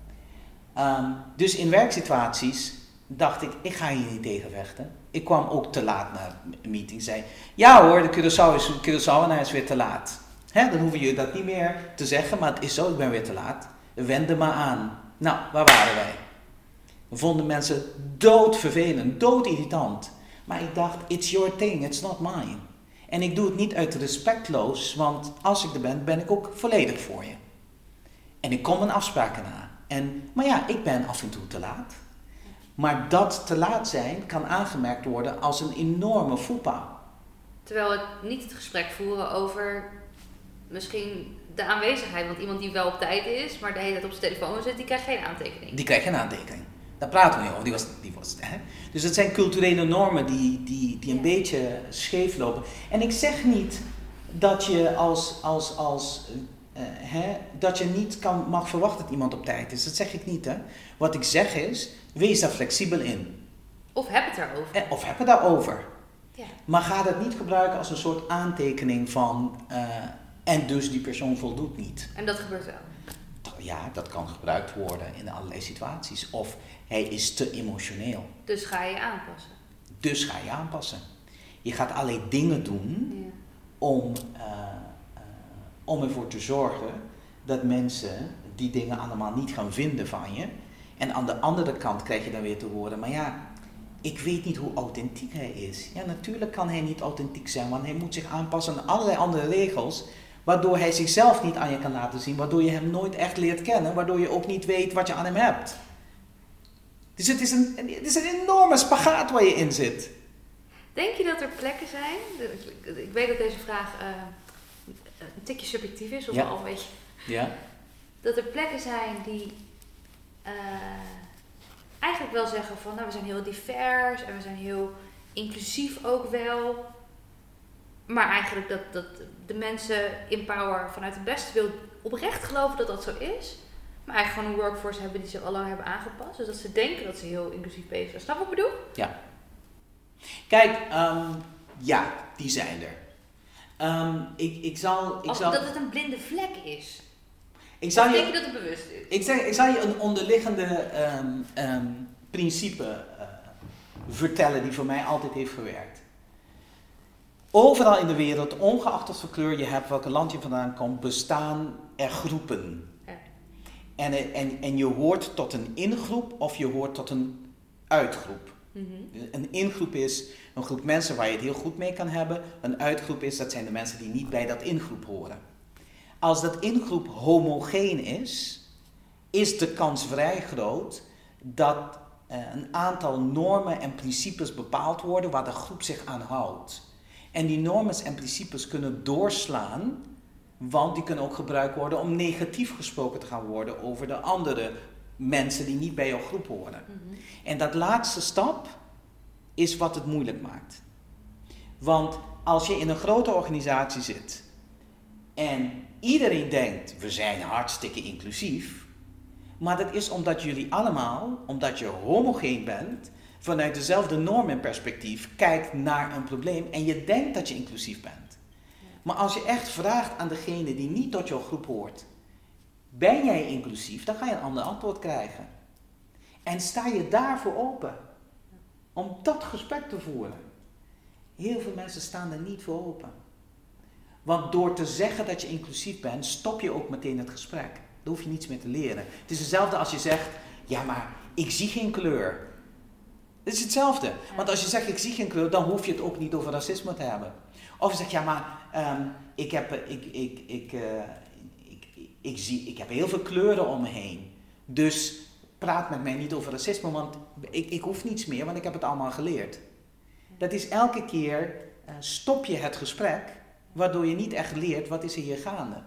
Um, dus in werksituaties dacht ik, ik ga hier niet tegen vechten. Ik kwam ook te laat naar een meeting. Zei, ja hoor, de Curaçao is, Curaçao en hij is weer te laat. Hè, dan hoeven jullie dat niet meer te zeggen, maar het is zo, ik ben weer te laat. Wend er maar aan. Nou, waar waren wij? We vonden mensen doodvervelend, doodirritant. Maar ik dacht, it's your thing, it's not mine. En ik doe het niet uit respectloos, want als ik er ben, ben ik ook volledig voor je. En ik kom mijn afspraken na. En, maar ja, ik ben af en toe te laat. Maar dat te laat zijn kan aangemerkt worden als een enorme foupa. Terwijl het niet het gesprek voeren over misschien de aanwezigheid. Want iemand die wel op tijd is, maar de hele tijd op zijn telefoon zit, die krijgt geen aantekening. Die krijgt geen aantekening. Daar praten we niet over. Die was, die was, hè? Dus het zijn culturele normen die, die, die een ja. beetje scheef lopen. En ik zeg niet dat je als... als, als Uh, hè, dat je niet kan, mag verwachten dat iemand op tijd is. Dat zeg ik niet. Hè. Wat ik zeg is, wees daar flexibel in. Of heb het daarover. Eh, of heb het daarover. Ja. Maar ga dat niet gebruiken als een soort aantekening van... Uh, en dus die persoon voldoet niet. En dat gebeurt wel? Ja, dat kan gebruikt worden in allerlei situaties. Of hij is te emotioneel. Dus ga je aanpassen. Dus ga je aanpassen. Je gaat allerlei dingen doen ja. om... Uh, om ervoor te zorgen dat mensen die dingen allemaal niet gaan vinden van je. En aan de andere kant krijg je dan weer te horen, maar ja, ik weet niet hoe authentiek hij is. Ja, natuurlijk kan hij niet authentiek zijn, want hij moet zich aanpassen aan allerlei andere regels, waardoor hij zichzelf niet aan je kan laten zien, waardoor je hem nooit echt leert kennen, waardoor je ook niet weet wat je aan hem hebt. Dus het is een, het is een enorme spagaat waar je in zit. Denk je dat er plekken zijn, ik weet dat deze vraag... Uh... een tikje subjectief is, of ja. al een beetje. Ja. Dat er plekken zijn die uh, eigenlijk wel zeggen van, nou, we zijn heel divers en we zijn heel inclusief ook wel. Maar eigenlijk dat, dat de mensen in Power vanuit het beste wil oprecht geloven dat dat zo is. Maar eigenlijk gewoon een workforce hebben die ze al lang hebben aangepast. Dus dat ze denken dat ze heel inclusief bezig zijn. Snap je wat ik bedoel? Ja. Kijk, um, ja, die zijn er. Um, ik, ik zal, ik Als zal, dat het een blinde vlek is. Ik zal of je, denk je dat het bewust is? Ik, zeg, ik zal je een onderliggende um, um, principe uh, vertellen die voor mij altijd heeft gewerkt. overal in de wereld, ongeacht wat voor kleur je hebt, welke land je vandaan komt, bestaan er groepen. Ja. En, en, en je hoort tot een ingroep of je hoort tot een uitgroep. Mm-hmm. Een ingroep is een groep mensen waar je het heel goed mee kan hebben. Een uitgroep is, dat zijn de mensen die niet bij dat ingroep horen. Als dat ingroep homogeen is, is de kans vrij groot dat uh, een aantal normen en principes bepaald worden waar de groep zich aan houdt. En die normen en principes kunnen doorslaan, want die kunnen ook gebruikt worden om negatief gesproken te gaan worden over de andere mensen die niet bij jouw groep horen. Mm-hmm. En dat laatste stap is wat het moeilijk maakt. Want als je in een grote organisatie zit en iedereen denkt, we zijn hartstikke inclusief, maar dat is omdat jullie allemaal, omdat je homogeen bent, vanuit dezelfde norm en perspectief kijkt naar een probleem en je denkt dat je inclusief bent. Maar als je echt vraagt aan degene die niet tot jouw groep hoort, ben jij inclusief, dan ga je een ander antwoord krijgen. En sta je daarvoor open om dat gesprek te voeren. Heel veel mensen staan er niet voor open. Want door te zeggen dat je inclusief bent, stop je ook meteen het gesprek. Daar hoef je niets meer te leren. Het is hetzelfde als je zegt, ja maar ik zie geen kleur. Het is hetzelfde. Ja. Want als je zegt ik zie geen kleur, dan hoef je het ook niet over racisme te hebben. Of je zegt, ja maar um, ik, heb, ik, ik, ik, uh, ik, ik, ik, zie, ik heb heel veel kleuren om me heen. Dus praat met mij niet over racisme, want ik, ik hoef niets meer, want ik heb het allemaal geleerd. Dat is elke keer, uh, stop je het gesprek, waardoor je niet echt leert wat is er hier gaande.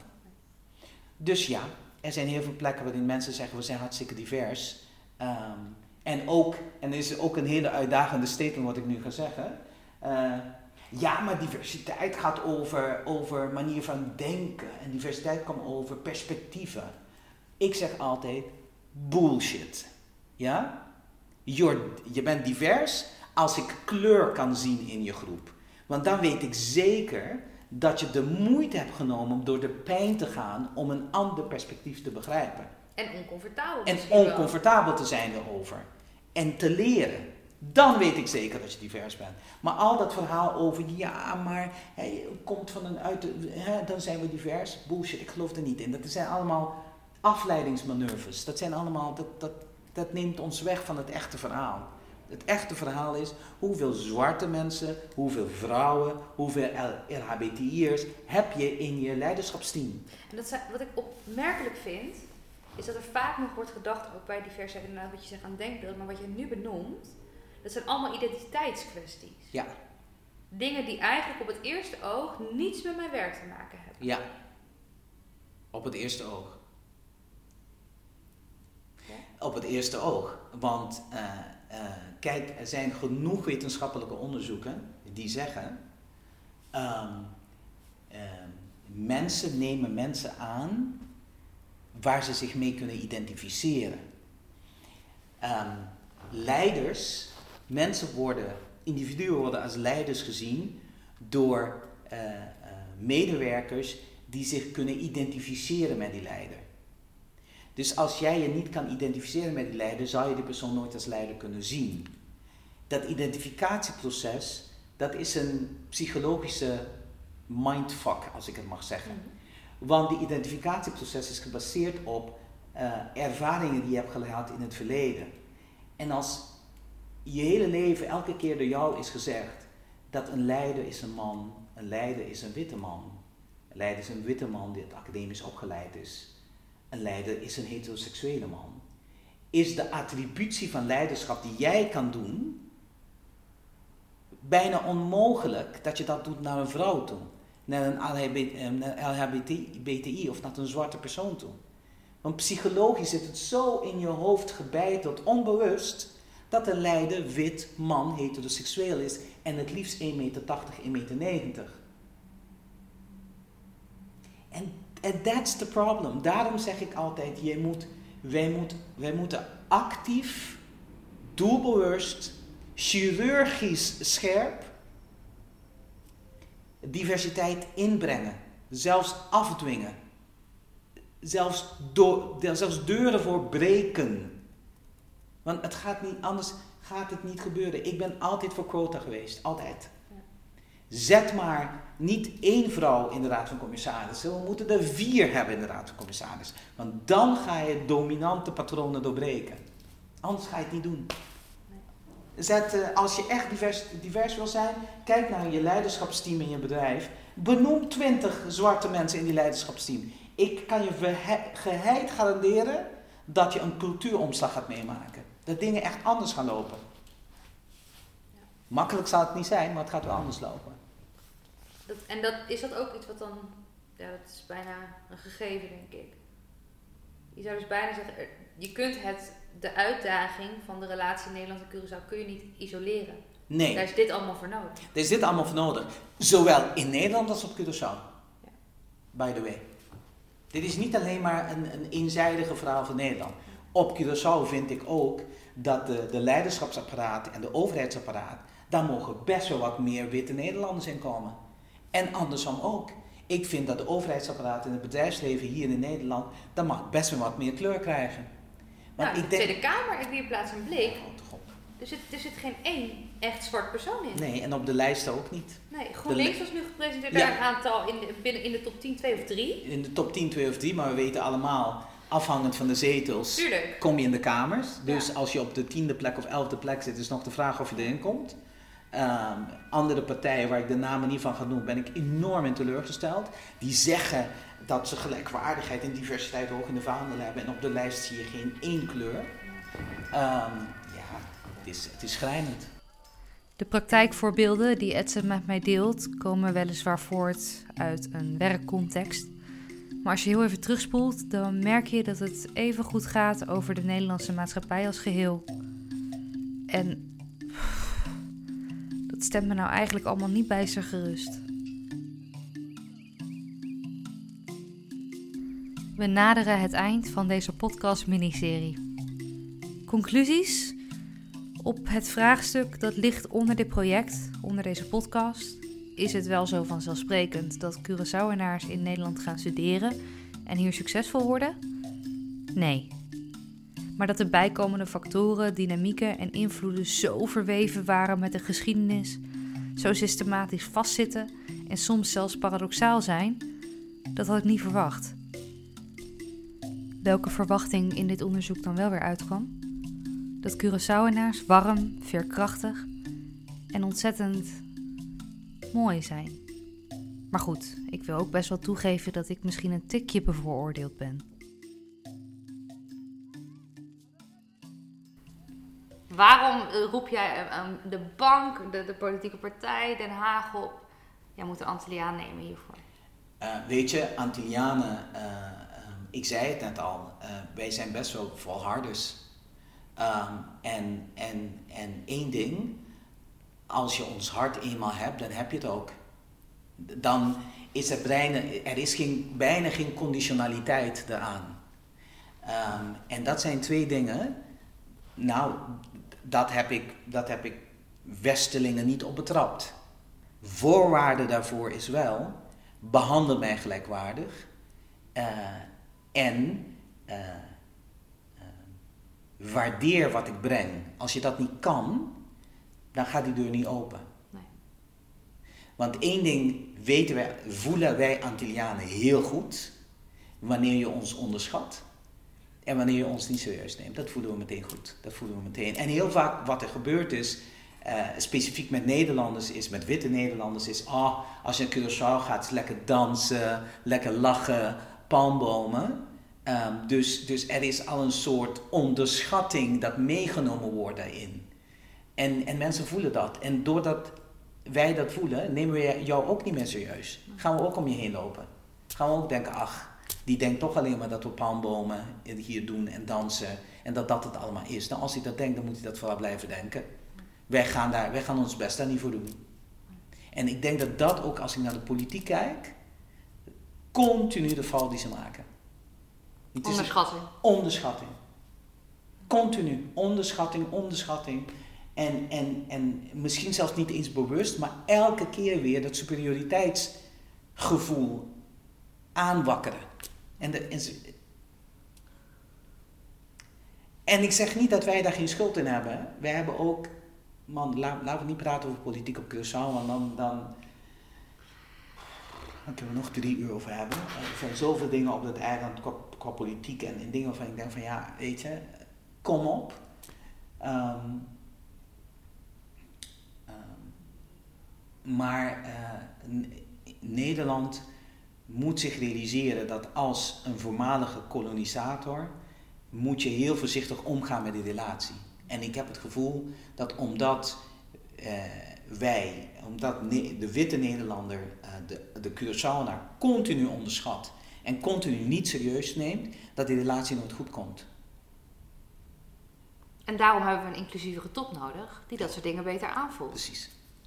Dus ja, er zijn heel veel plekken waarin mensen zeggen, we zijn hartstikke divers. Um, en ook, en er is ook een hele uitdagende statement wat ik nu ga zeggen. Uh, ja, maar diversiteit gaat over, over manier van denken. En diversiteit komt over perspectieven. Ik zeg altijd, bullshit. Ja? You're, je bent divers als ik kleur kan zien in je groep. Want dan weet ik zeker dat je de moeite hebt genomen om door de pijn te gaan om een ander perspectief te begrijpen. En oncomfortabel. En oncomfortabel te zijn erover. En te leren. Dan weet ik zeker dat je divers bent. Maar al dat verhaal over, ja, maar hij komt van een uit, hè, dan zijn we divers. Bullshit, ik geloof er niet in. Dat zijn allemaal afleidingsmanoeuvres. Dat zijn allemaal, dat, dat, dat neemt ons weg van het echte verhaal. Het echte verhaal is, hoeveel zwarte mensen, hoeveel vrouwen, hoeveel L H B T I'ers heb je in je leiderschapsteam? En dat zijn, wat ik opmerkelijk vind, is dat er vaak nog wordt gedacht, ook bij diversiteit, inderdaad wat je zegt aan denkbeeld, maar wat je nu benoemt, dat zijn allemaal identiteitskwesties. Ja. Dingen die eigenlijk op het eerste oog niets met mijn werk te maken hebben. Ja. Op het eerste oog. Ja. Op het eerste oog. Want uh, uh, kijk, er zijn genoeg wetenschappelijke onderzoeken die zeggen, um, uh, mensen nemen mensen aan waar ze zich mee kunnen identificeren. Um, leiders, mensen worden, individuen worden als leiders gezien door uh, uh, medewerkers die zich kunnen identificeren met die leider. Dus als jij je niet kan identificeren met die leider, zou je die persoon nooit als leider kunnen zien. Dat identificatieproces, dat is een psychologische mindfuck, als ik het mag zeggen. Mm-hmm. Want die identificatieproces is gebaseerd op uh, ervaringen die je hebt gehad in het verleden. En als je hele leven elke keer door jou is gezegd dat een leider is een man, een leider is een witte man. Een leider is een witte man die academisch opgeleid is. Een leider is een heteroseksuele man. Is de attributie van leiderschap die jij kan doen bijna onmogelijk dat je dat doet naar een vrouw toe. Naar een L H B T I of naar een zwarte persoon toe. Want psychologisch zit het zo in je hoofd gebeiteld, onbewust, dat een leider wit, man, heteroseksueel is en het liefst één meter tachtig, één meter negentig. En and that's the problem. Daarom zeg ik altijd, je moet, wij, moet, wij moeten actief, doelbewust, chirurgisch scherp diversiteit inbrengen. Zelfs afdwingen. Zelfs, do, zelfs deuren voor breken. Want het gaat niet, anders gaat het niet gebeuren. Ik ben altijd voor quota geweest. Altijd. Ja. Zet maar niet één vrouw in de Raad van Commissarissen. We moeten er vier hebben in de Raad van Commissarissen. Want dan ga je dominante patronen doorbreken. Anders ga je het niet doen. Zet, uh, als je echt divers, divers wil zijn, kijk naar je leiderschapsteam in je bedrijf. Benoem twintig zwarte mensen in die leiderschapsteam. Ik kan je verhe- geheid garanderen dat je een cultuuromslag gaat meemaken. Dat dingen echt anders gaan lopen. Makkelijk zal het niet zijn, maar het gaat wel anders lopen. Dat, en dat, is dat ook iets wat dan... Ja, dat is bijna een gegeven, denk ik. Je zou dus bijna zeggen... Je kunt het, de uitdaging van de relatie Nederland en Curaçao... kun je niet isoleren. Nee. Daar is dit allemaal voor nodig. Er is dit allemaal voor nodig. Zowel in Nederland als op Curaçao. Ja. By the way. Dit is niet alleen maar een, een eenzijdige verhaal van Nederland. Op Curaçao vind ik ook dat de, de leiderschapsapparaat en de overheidsapparaat... daar mogen best wel wat meer witte Nederlanders in komen. En andersom ook. Ik vind dat de overheidsapparaat en het bedrijfsleven hier in Nederland... daar mag best wel wat meer kleur krijgen. Want Nou, ik de denk... Tweede Kamer, ik wie plaats een blik. Oh, God. Er zit, er zit geen één echt zwart persoon in. Nee, en op de lijsten ook niet. Nee, GroenLinks was nu gepresenteerd Ja. bij een aantal in de, binnen in de top tien, twee of drie. In de top tien, twee of drie, maar we weten allemaal... afhangend van de zetels Tuurlijk. kom je in de kamers. Dus Ja. als je op de tiende plek of elfde plek zit, is nog de vraag of je erin komt. Um, andere partijen waar ik de namen niet van ga noemen, ben ik enorm in teleurgesteld. Die zeggen dat ze gelijkwaardigheid en diversiteit hoog in de vaandel hebben. En op de lijst zie je geen één kleur. Um, ja, het is, het is schrijnend. De praktijkvoorbeelden die Edson met mij deelt, komen weliswaar voort uit een werkcontext. Maar als je heel even terugspoelt, dan merk je dat het even goed gaat over de Nederlandse maatschappij als geheel. En pff, dat stemt me nou eigenlijk allemaal niet bijster gerust. We naderen het eind van deze podcast-miniserie. Conclusies? Op het vraagstuk dat ligt onder dit project, onder deze podcast... is het wel zo vanzelfsprekend dat Curaçaoenaars in Nederland gaan studeren en hier succesvol worden? Nee. Maar dat de bijkomende factoren, dynamieken en invloeden zo verweven waren met de geschiedenis, zo systematisch vastzitten en soms zelfs paradoxaal zijn, dat had ik niet verwacht. Welke verwachting in dit onderzoek dan wel weer uitkwam? Dat Curaçaoenaars warm, veerkrachtig en ontzettend mooi zijn. Maar goed, ik wil ook best wel toegeven dat ik misschien een tikje bevooroordeeld ben. Waarom roep jij aan de bank, de, de politieke partij, Den Haag op? Jij moet een Antilliaan nemen hiervoor. Uh, weet je, Antillianen, uh, uh, ik zei het net al, uh, wij zijn best wel volharders. Um, en, en, en één ding, als je ons hart eenmaal hebt, dan heb je het ook. Dan is er, bijna, er is geen, bijna geen conditionaliteit eraan. Um, en dat zijn twee dingen. Nou, dat heb ik, dat heb ik Westelingen niet op betrapt. Voorwaarde daarvoor is wel, behandel mij gelijkwaardig. Uh, en uh, uh, waardeer wat ik breng. Als je dat niet kan, dan gaat die deur niet open. Nee. Want één ding weten wij, voelen wij Antillianen heel goed. Wanneer je ons onderschat. En wanneer je ons niet serieus neemt. Dat voelen we meteen goed. Dat voelen we meteen. En heel vaak wat er gebeurd is, uh, specifiek met Nederlanders, is met witte Nederlanders, is ah, als je naar Curaçao gaat, is lekker dansen, lekker lachen, palmbomen. Um, dus, dus er is al een soort onderschatting dat meegenomen wordt daarin. En, en mensen voelen dat. En doordat wij dat voelen, nemen we jou ook niet meer serieus. Gaan we ook om je heen lopen. Gaan we ook denken, ach, die denkt toch alleen maar dat we palmbomen hier doen en dansen. En dat dat het allemaal is. Nou, als hij dat denkt, dan moet hij dat vooral blijven denken. Wij gaan, daar, wij gaan ons best daar niet voor doen. En ik denk dat dat ook, als ik naar de politiek kijk, continu de val die ze maken. Het is Onderschatting. Onderschatting. Continu. Onderschatting, onderschatting. En, en, en misschien zelfs niet eens bewust, maar elke keer weer dat superioriteitsgevoel aanwakkeren. En, de, en, ze, en ik zeg niet dat wij daar geen schuld in hebben. Wij hebben ook, man, la, laten we niet praten over politiek op Curaçao, want dan, dan, daar kunnen we nog drie uur over hebben. Er zijn zoveel dingen op dat eiland qua, qua politiek en, en dingen waarvan ik denk van ja, weet je, kom op. Um, um, maar uh, n- Nederland moet zich realiseren dat als een voormalige kolonisator moet je heel voorzichtig omgaan met die relatie. En ik heb het gevoel dat omdat uh, wij, omdat ne- de witte Nederlander uh, de, de Curaçaoenaar continu onderschat en continu niet serieus neemt, dat die relatie nooit goed komt. En daarom hebben we een inclusievere top nodig die dat soort dingen beter aanvoelt. Precies.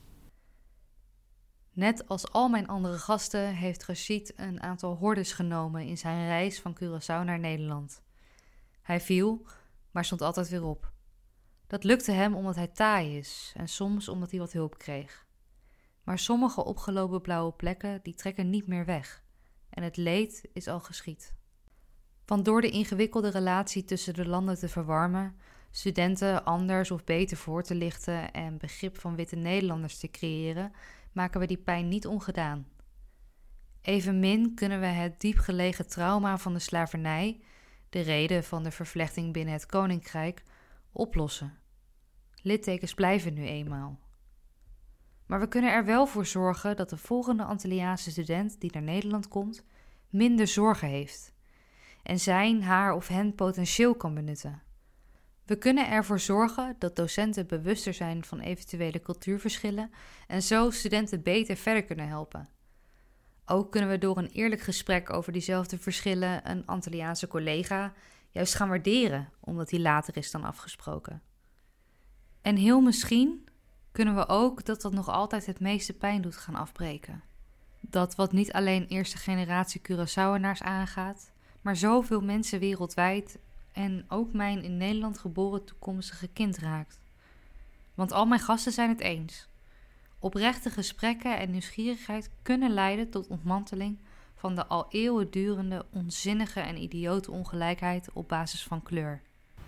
Net als al mijn andere gasten heeft Rachid een aantal hordes genomen in zijn reis van Curaçao naar Nederland. Hij viel, maar stond altijd weer op. Dat lukte hem omdat hij taai is en soms omdat hij wat hulp kreeg. Maar sommige opgelopen blauwe plekken die trekken niet meer weg. En het leed is al geschied. Want door de ingewikkelde relatie tussen de landen te verwarmen, studenten anders of beter voor te lichten en begrip van witte Nederlanders te creëren, maken we die pijn niet ongedaan. Evenmin kunnen we het diepgelegen trauma van de slavernij, de reden van de vervlechting binnen het koninkrijk, oplossen. Littekens blijven nu eenmaal. Maar we kunnen er wel voor zorgen dat de volgende Antilliaanse student die naar Nederland komt, minder zorgen heeft en zijn, haar of hen potentieel kan benutten. We kunnen ervoor zorgen dat docenten bewuster zijn van eventuele cultuurverschillen en zo studenten beter verder kunnen helpen. Ook kunnen we door een eerlijk gesprek over diezelfde verschillen een Antilliaanse collega juist gaan waarderen, omdat die later is dan afgesproken. En heel misschien kunnen we ook dat wat nog altijd het meeste pijn doet gaan afbreken. Dat wat niet alleen eerste generatie Curaçaoenaars aangaat, maar zoveel mensen wereldwijd en ook mijn in Nederland geboren toekomstige kind raakt. Want al mijn gasten zijn het eens. Oprechte gesprekken en nieuwsgierigheid kunnen leiden tot ontmanteling van de al eeuwen durende, onzinnige en idiote ongelijkheid op basis van kleur.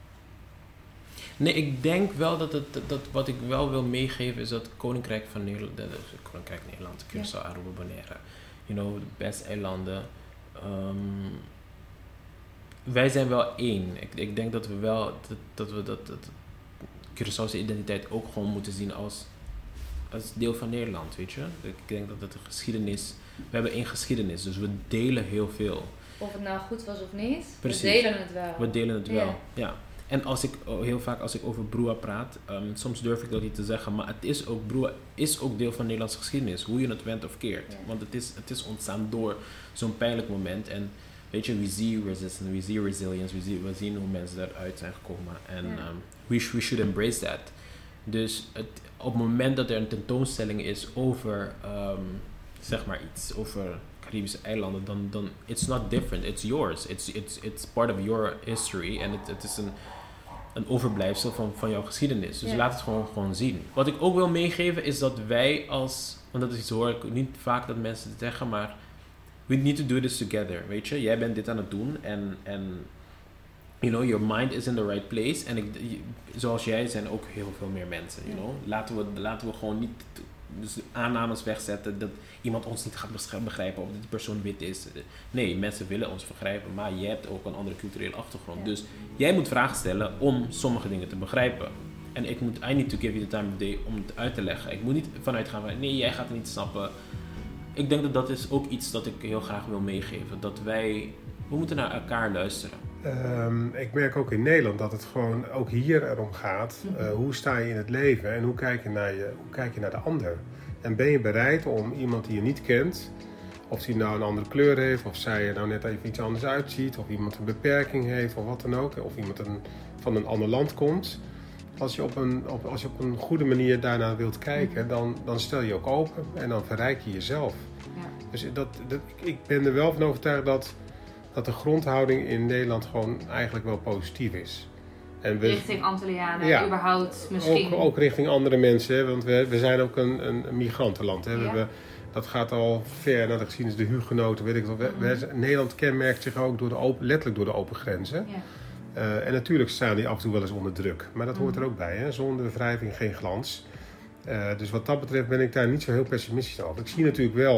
Nee, ik denk wel dat, het, dat wat ik wel wil meegeven is dat Koninkrijk van Nederland, dat is Koninkrijk Nederland, Curaçao, ja. Aruba, Bonaire, you know, de beste eilanden. Um, wij zijn wel één. Ik, ik denk dat we wel, dat, dat we dat, dat Curaçaose identiteit ook gewoon moeten zien als, als deel van Nederland, weet je. Ik denk dat het een geschiedenis, we hebben één geschiedenis, dus we delen heel veel. Of het nou goed was of niet, Precies. we delen het wel. We delen het ja. wel, ja. En als ik heel vaak als ik over Broeha praat, um, soms durf ik dat niet te zeggen, maar het is ook, Broeha is ook deel van Nederlandse geschiedenis, hoe je het went of keert. Ja. Want het is, het is ontstaan door zo'n pijnlijk moment. En weet je, we see resistance, we see resilience, we, see, we zien hoe mensen daaruit zijn gekomen. En ja. um, we, we should embrace that. Dus het, op het moment dat er een tentoonstelling is over, um, zeg maar iets, over Caribische eilanden, dan, dan it's not different, it's yours. It's, it's, it's part of your history en het, het is een, een overblijfsel van, van jouw geschiedenis. Dus ja. laat het gewoon, gewoon zien. Wat ik ook wil meegeven is dat wij als, want dat is iets hoor ik niet vaak dat mensen het zeggen, maar we need to do this together, weet je. Jij bent dit aan het doen en, en you know, your mind is in the right place. En ik, zoals jij zijn ook heel veel meer mensen, you know. Laten we, laten we gewoon niet dus aannames wegzetten dat iemand ons niet gaat begrijpen of dat die persoon wit is. Nee, mensen willen ons begrijpen, maar jij hebt ook een andere culturele achtergrond. Dus jij moet vragen stellen om sommige dingen te begrijpen. En ik moet, I need to give you the time of day om het uit te leggen. Ik moet niet vanuit gaan van, nee, jij gaat het niet snappen. Ik denk dat dat is ook iets dat ik heel graag wil meegeven. Dat wij, we moeten naar elkaar luisteren. Um, ik merk ook in Nederland dat het gewoon ook hier erom gaat. Uh, hoe sta je in het leven en hoe kijk je naar, je, hoe kijk je naar de ander? En ben je bereid om iemand die je niet kent, of die nou een andere kleur heeft, of zij er nou net even iets anders uitziet, of iemand een beperking heeft of wat dan ook, of iemand een, van een ander land komt. Als je op een, op, als je op een goede manier daarnaar wilt kijken, dan, dan stel je ook open en dan verrijk je jezelf. Ja. Dus dat, dat, ik ben er wel van overtuigd dat dat de grondhouding in Nederland gewoon eigenlijk wel positief is. En we, richting Antillianen, ja, überhaupt misschien. Ook, ook richting andere mensen, hè, want we, we zijn ook een, een migrantenland. Hè. Ja. We, dat gaat al ver naar de geschiedenis, de Hugenoten, weet ik wat. We, we, Nederland kenmerkt zich ook door de open, letterlijk door de open grenzen. Ja. Uh, en natuurlijk staan die af en toe wel eens onder druk. Maar dat hoort er ook bij, hè. Zonder wrijving geen glans. Uh, dus wat dat betreft ben ik daar niet zo heel pessimistisch over. Ik zie natuurlijk wel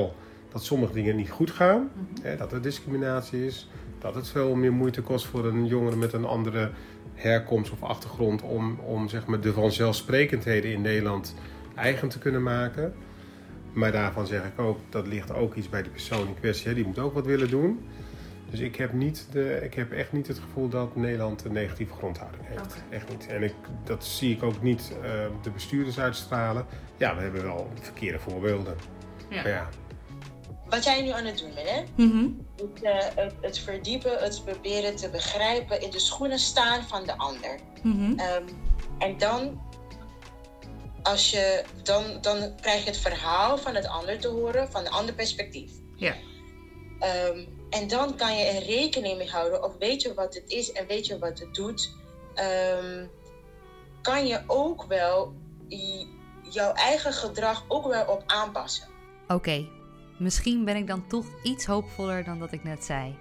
dat sommige dingen niet goed gaan. Mhm. Hè, dat er discriminatie is. Dat het veel meer moeite kost voor een jongere met een andere herkomst of achtergrond om, om zeg maar, de vanzelfsprekendheden in Nederland eigen te kunnen maken. Maar daarvan zeg ik ook, dat ligt ook iets bij die persoon in kwestie. Hè. Die moet ook wat willen doen. Dus ik heb, niet de, ik heb echt niet het gevoel dat Nederland een negatieve grondhouding heeft. Okay. Echt niet. En ik, dat zie ik ook niet uh, de bestuurders uitstralen. Ja, we hebben wel verkeerde voorbeelden. Ja. Maar ja. Wat jij nu aan het doen bent, hè? Mm-hmm. Het, uh, het, het verdiepen, het proberen te begrijpen, in de schoenen staan van de ander. Mm-hmm. Um, en dan, als je, dan, dan krijg je het verhaal van het ander te horen, van een ander perspectief. Ja. Um, en dan kan je er rekening mee houden, of weet je wat het is en weet je wat het doet. Um, kan je ook wel j- jouw eigen gedrag ook wel op aanpassen. Oké, okay, misschien ben ik dan toch iets hoopvoller dan dat ik net zei.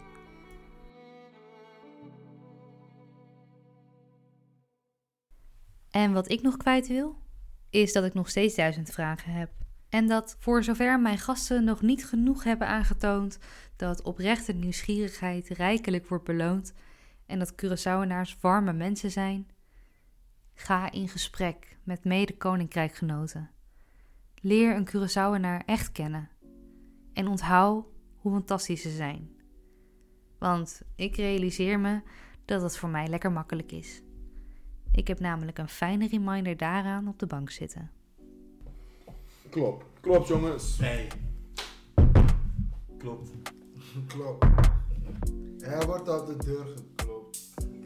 En wat ik nog kwijt wil, is dat ik nog steeds duizend vragen heb. En dat voor zover mijn gasten nog niet genoeg hebben aangetoond dat oprechte nieuwsgierigheid rijkelijk wordt beloond en dat Curaçaoënaars warme mensen zijn, ga in gesprek met mede-koninkrijkgenoten. Leer een Curaçaoënaar echt kennen en onthoud hoe fantastisch ze zijn. Want ik realiseer me dat het voor mij lekker makkelijk is. Ik heb namelijk een fijne reminder daaraan op de bank zitten. Klopt. Klopt, jongens. Nee. Klopt. Klopt. Er wordt op de deur geklopt.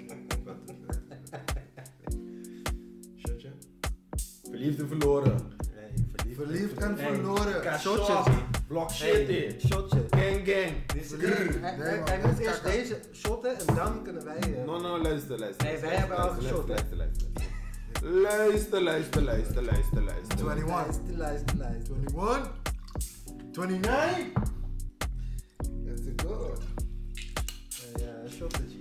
Shotje? Verliefd en verloren. Nee, verliefd. Verliefd en Nee. verloren. Ka- Shotje. shotje. Blok shit Hey, in. shotje. Gang, gang. Dit is- Verliefd. Hij, Nee, hij, man, hij dit moet is eerst kaka. deze shotten en dan kunnen wij... eh, No, no, luister, luister. Nee, wij luister, hebben al luister, geshot, hè? Luister, luister, luister. Luister, luister, luister, luister, luister. eenentwintig. Luister, luister, luister. eenentwintig. eenenentwintig. Let's go. Ja, shottetje.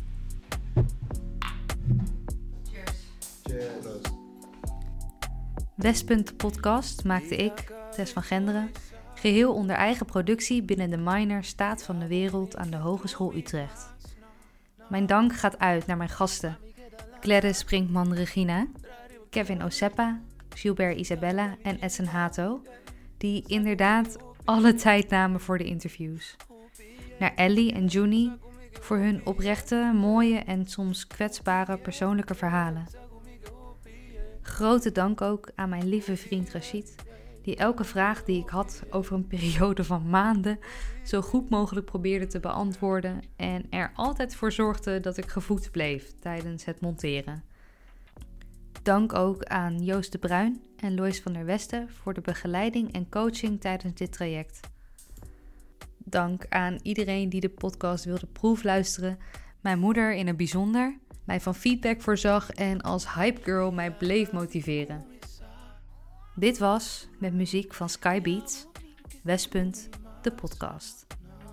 Cheers. Cheers. Westpunt de podcast maakte ik, Tess van Genderen, geheel onder eigen productie binnen de minor Staat van de Wereld aan de Hogeschool Utrecht. Mijn dank gaat uit naar mijn gasten Gladys Brinkman-Regina, Kevin Osepa, Gilbert Isabella en Edson Hato, die inderdaad alle tijd namen voor de interviews. Naar Ellie en Juni voor hun oprechte, mooie en soms kwetsbare persoonlijke verhalen. Grote dank ook aan mijn lieve vriend Rashid, die elke vraag die ik had over een periode van maanden zo goed mogelijk probeerde te beantwoorden en er altijd voor zorgde dat ik gevoed bleef tijdens het monteren. Dank ook aan Joost de Bruin en Lois van der Westen voor de begeleiding en coaching tijdens dit traject. Dank aan iedereen die de podcast wilde proefluisteren, mijn moeder in het bijzonder, mij van feedback voorzag en als hypegirl mij bleef motiveren. Dit was, met muziek van Sky Beats, Westpunt, de podcast.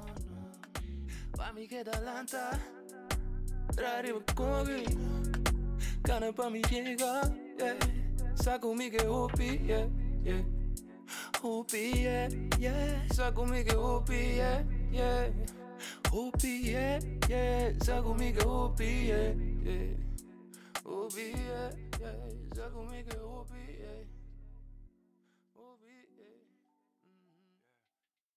Hoopie, yeah, yeah, zeg hoe ik hoopie, yeah, yeah. Hoopie, yeah, yeah, zeg hoe ik hoopie, yeah.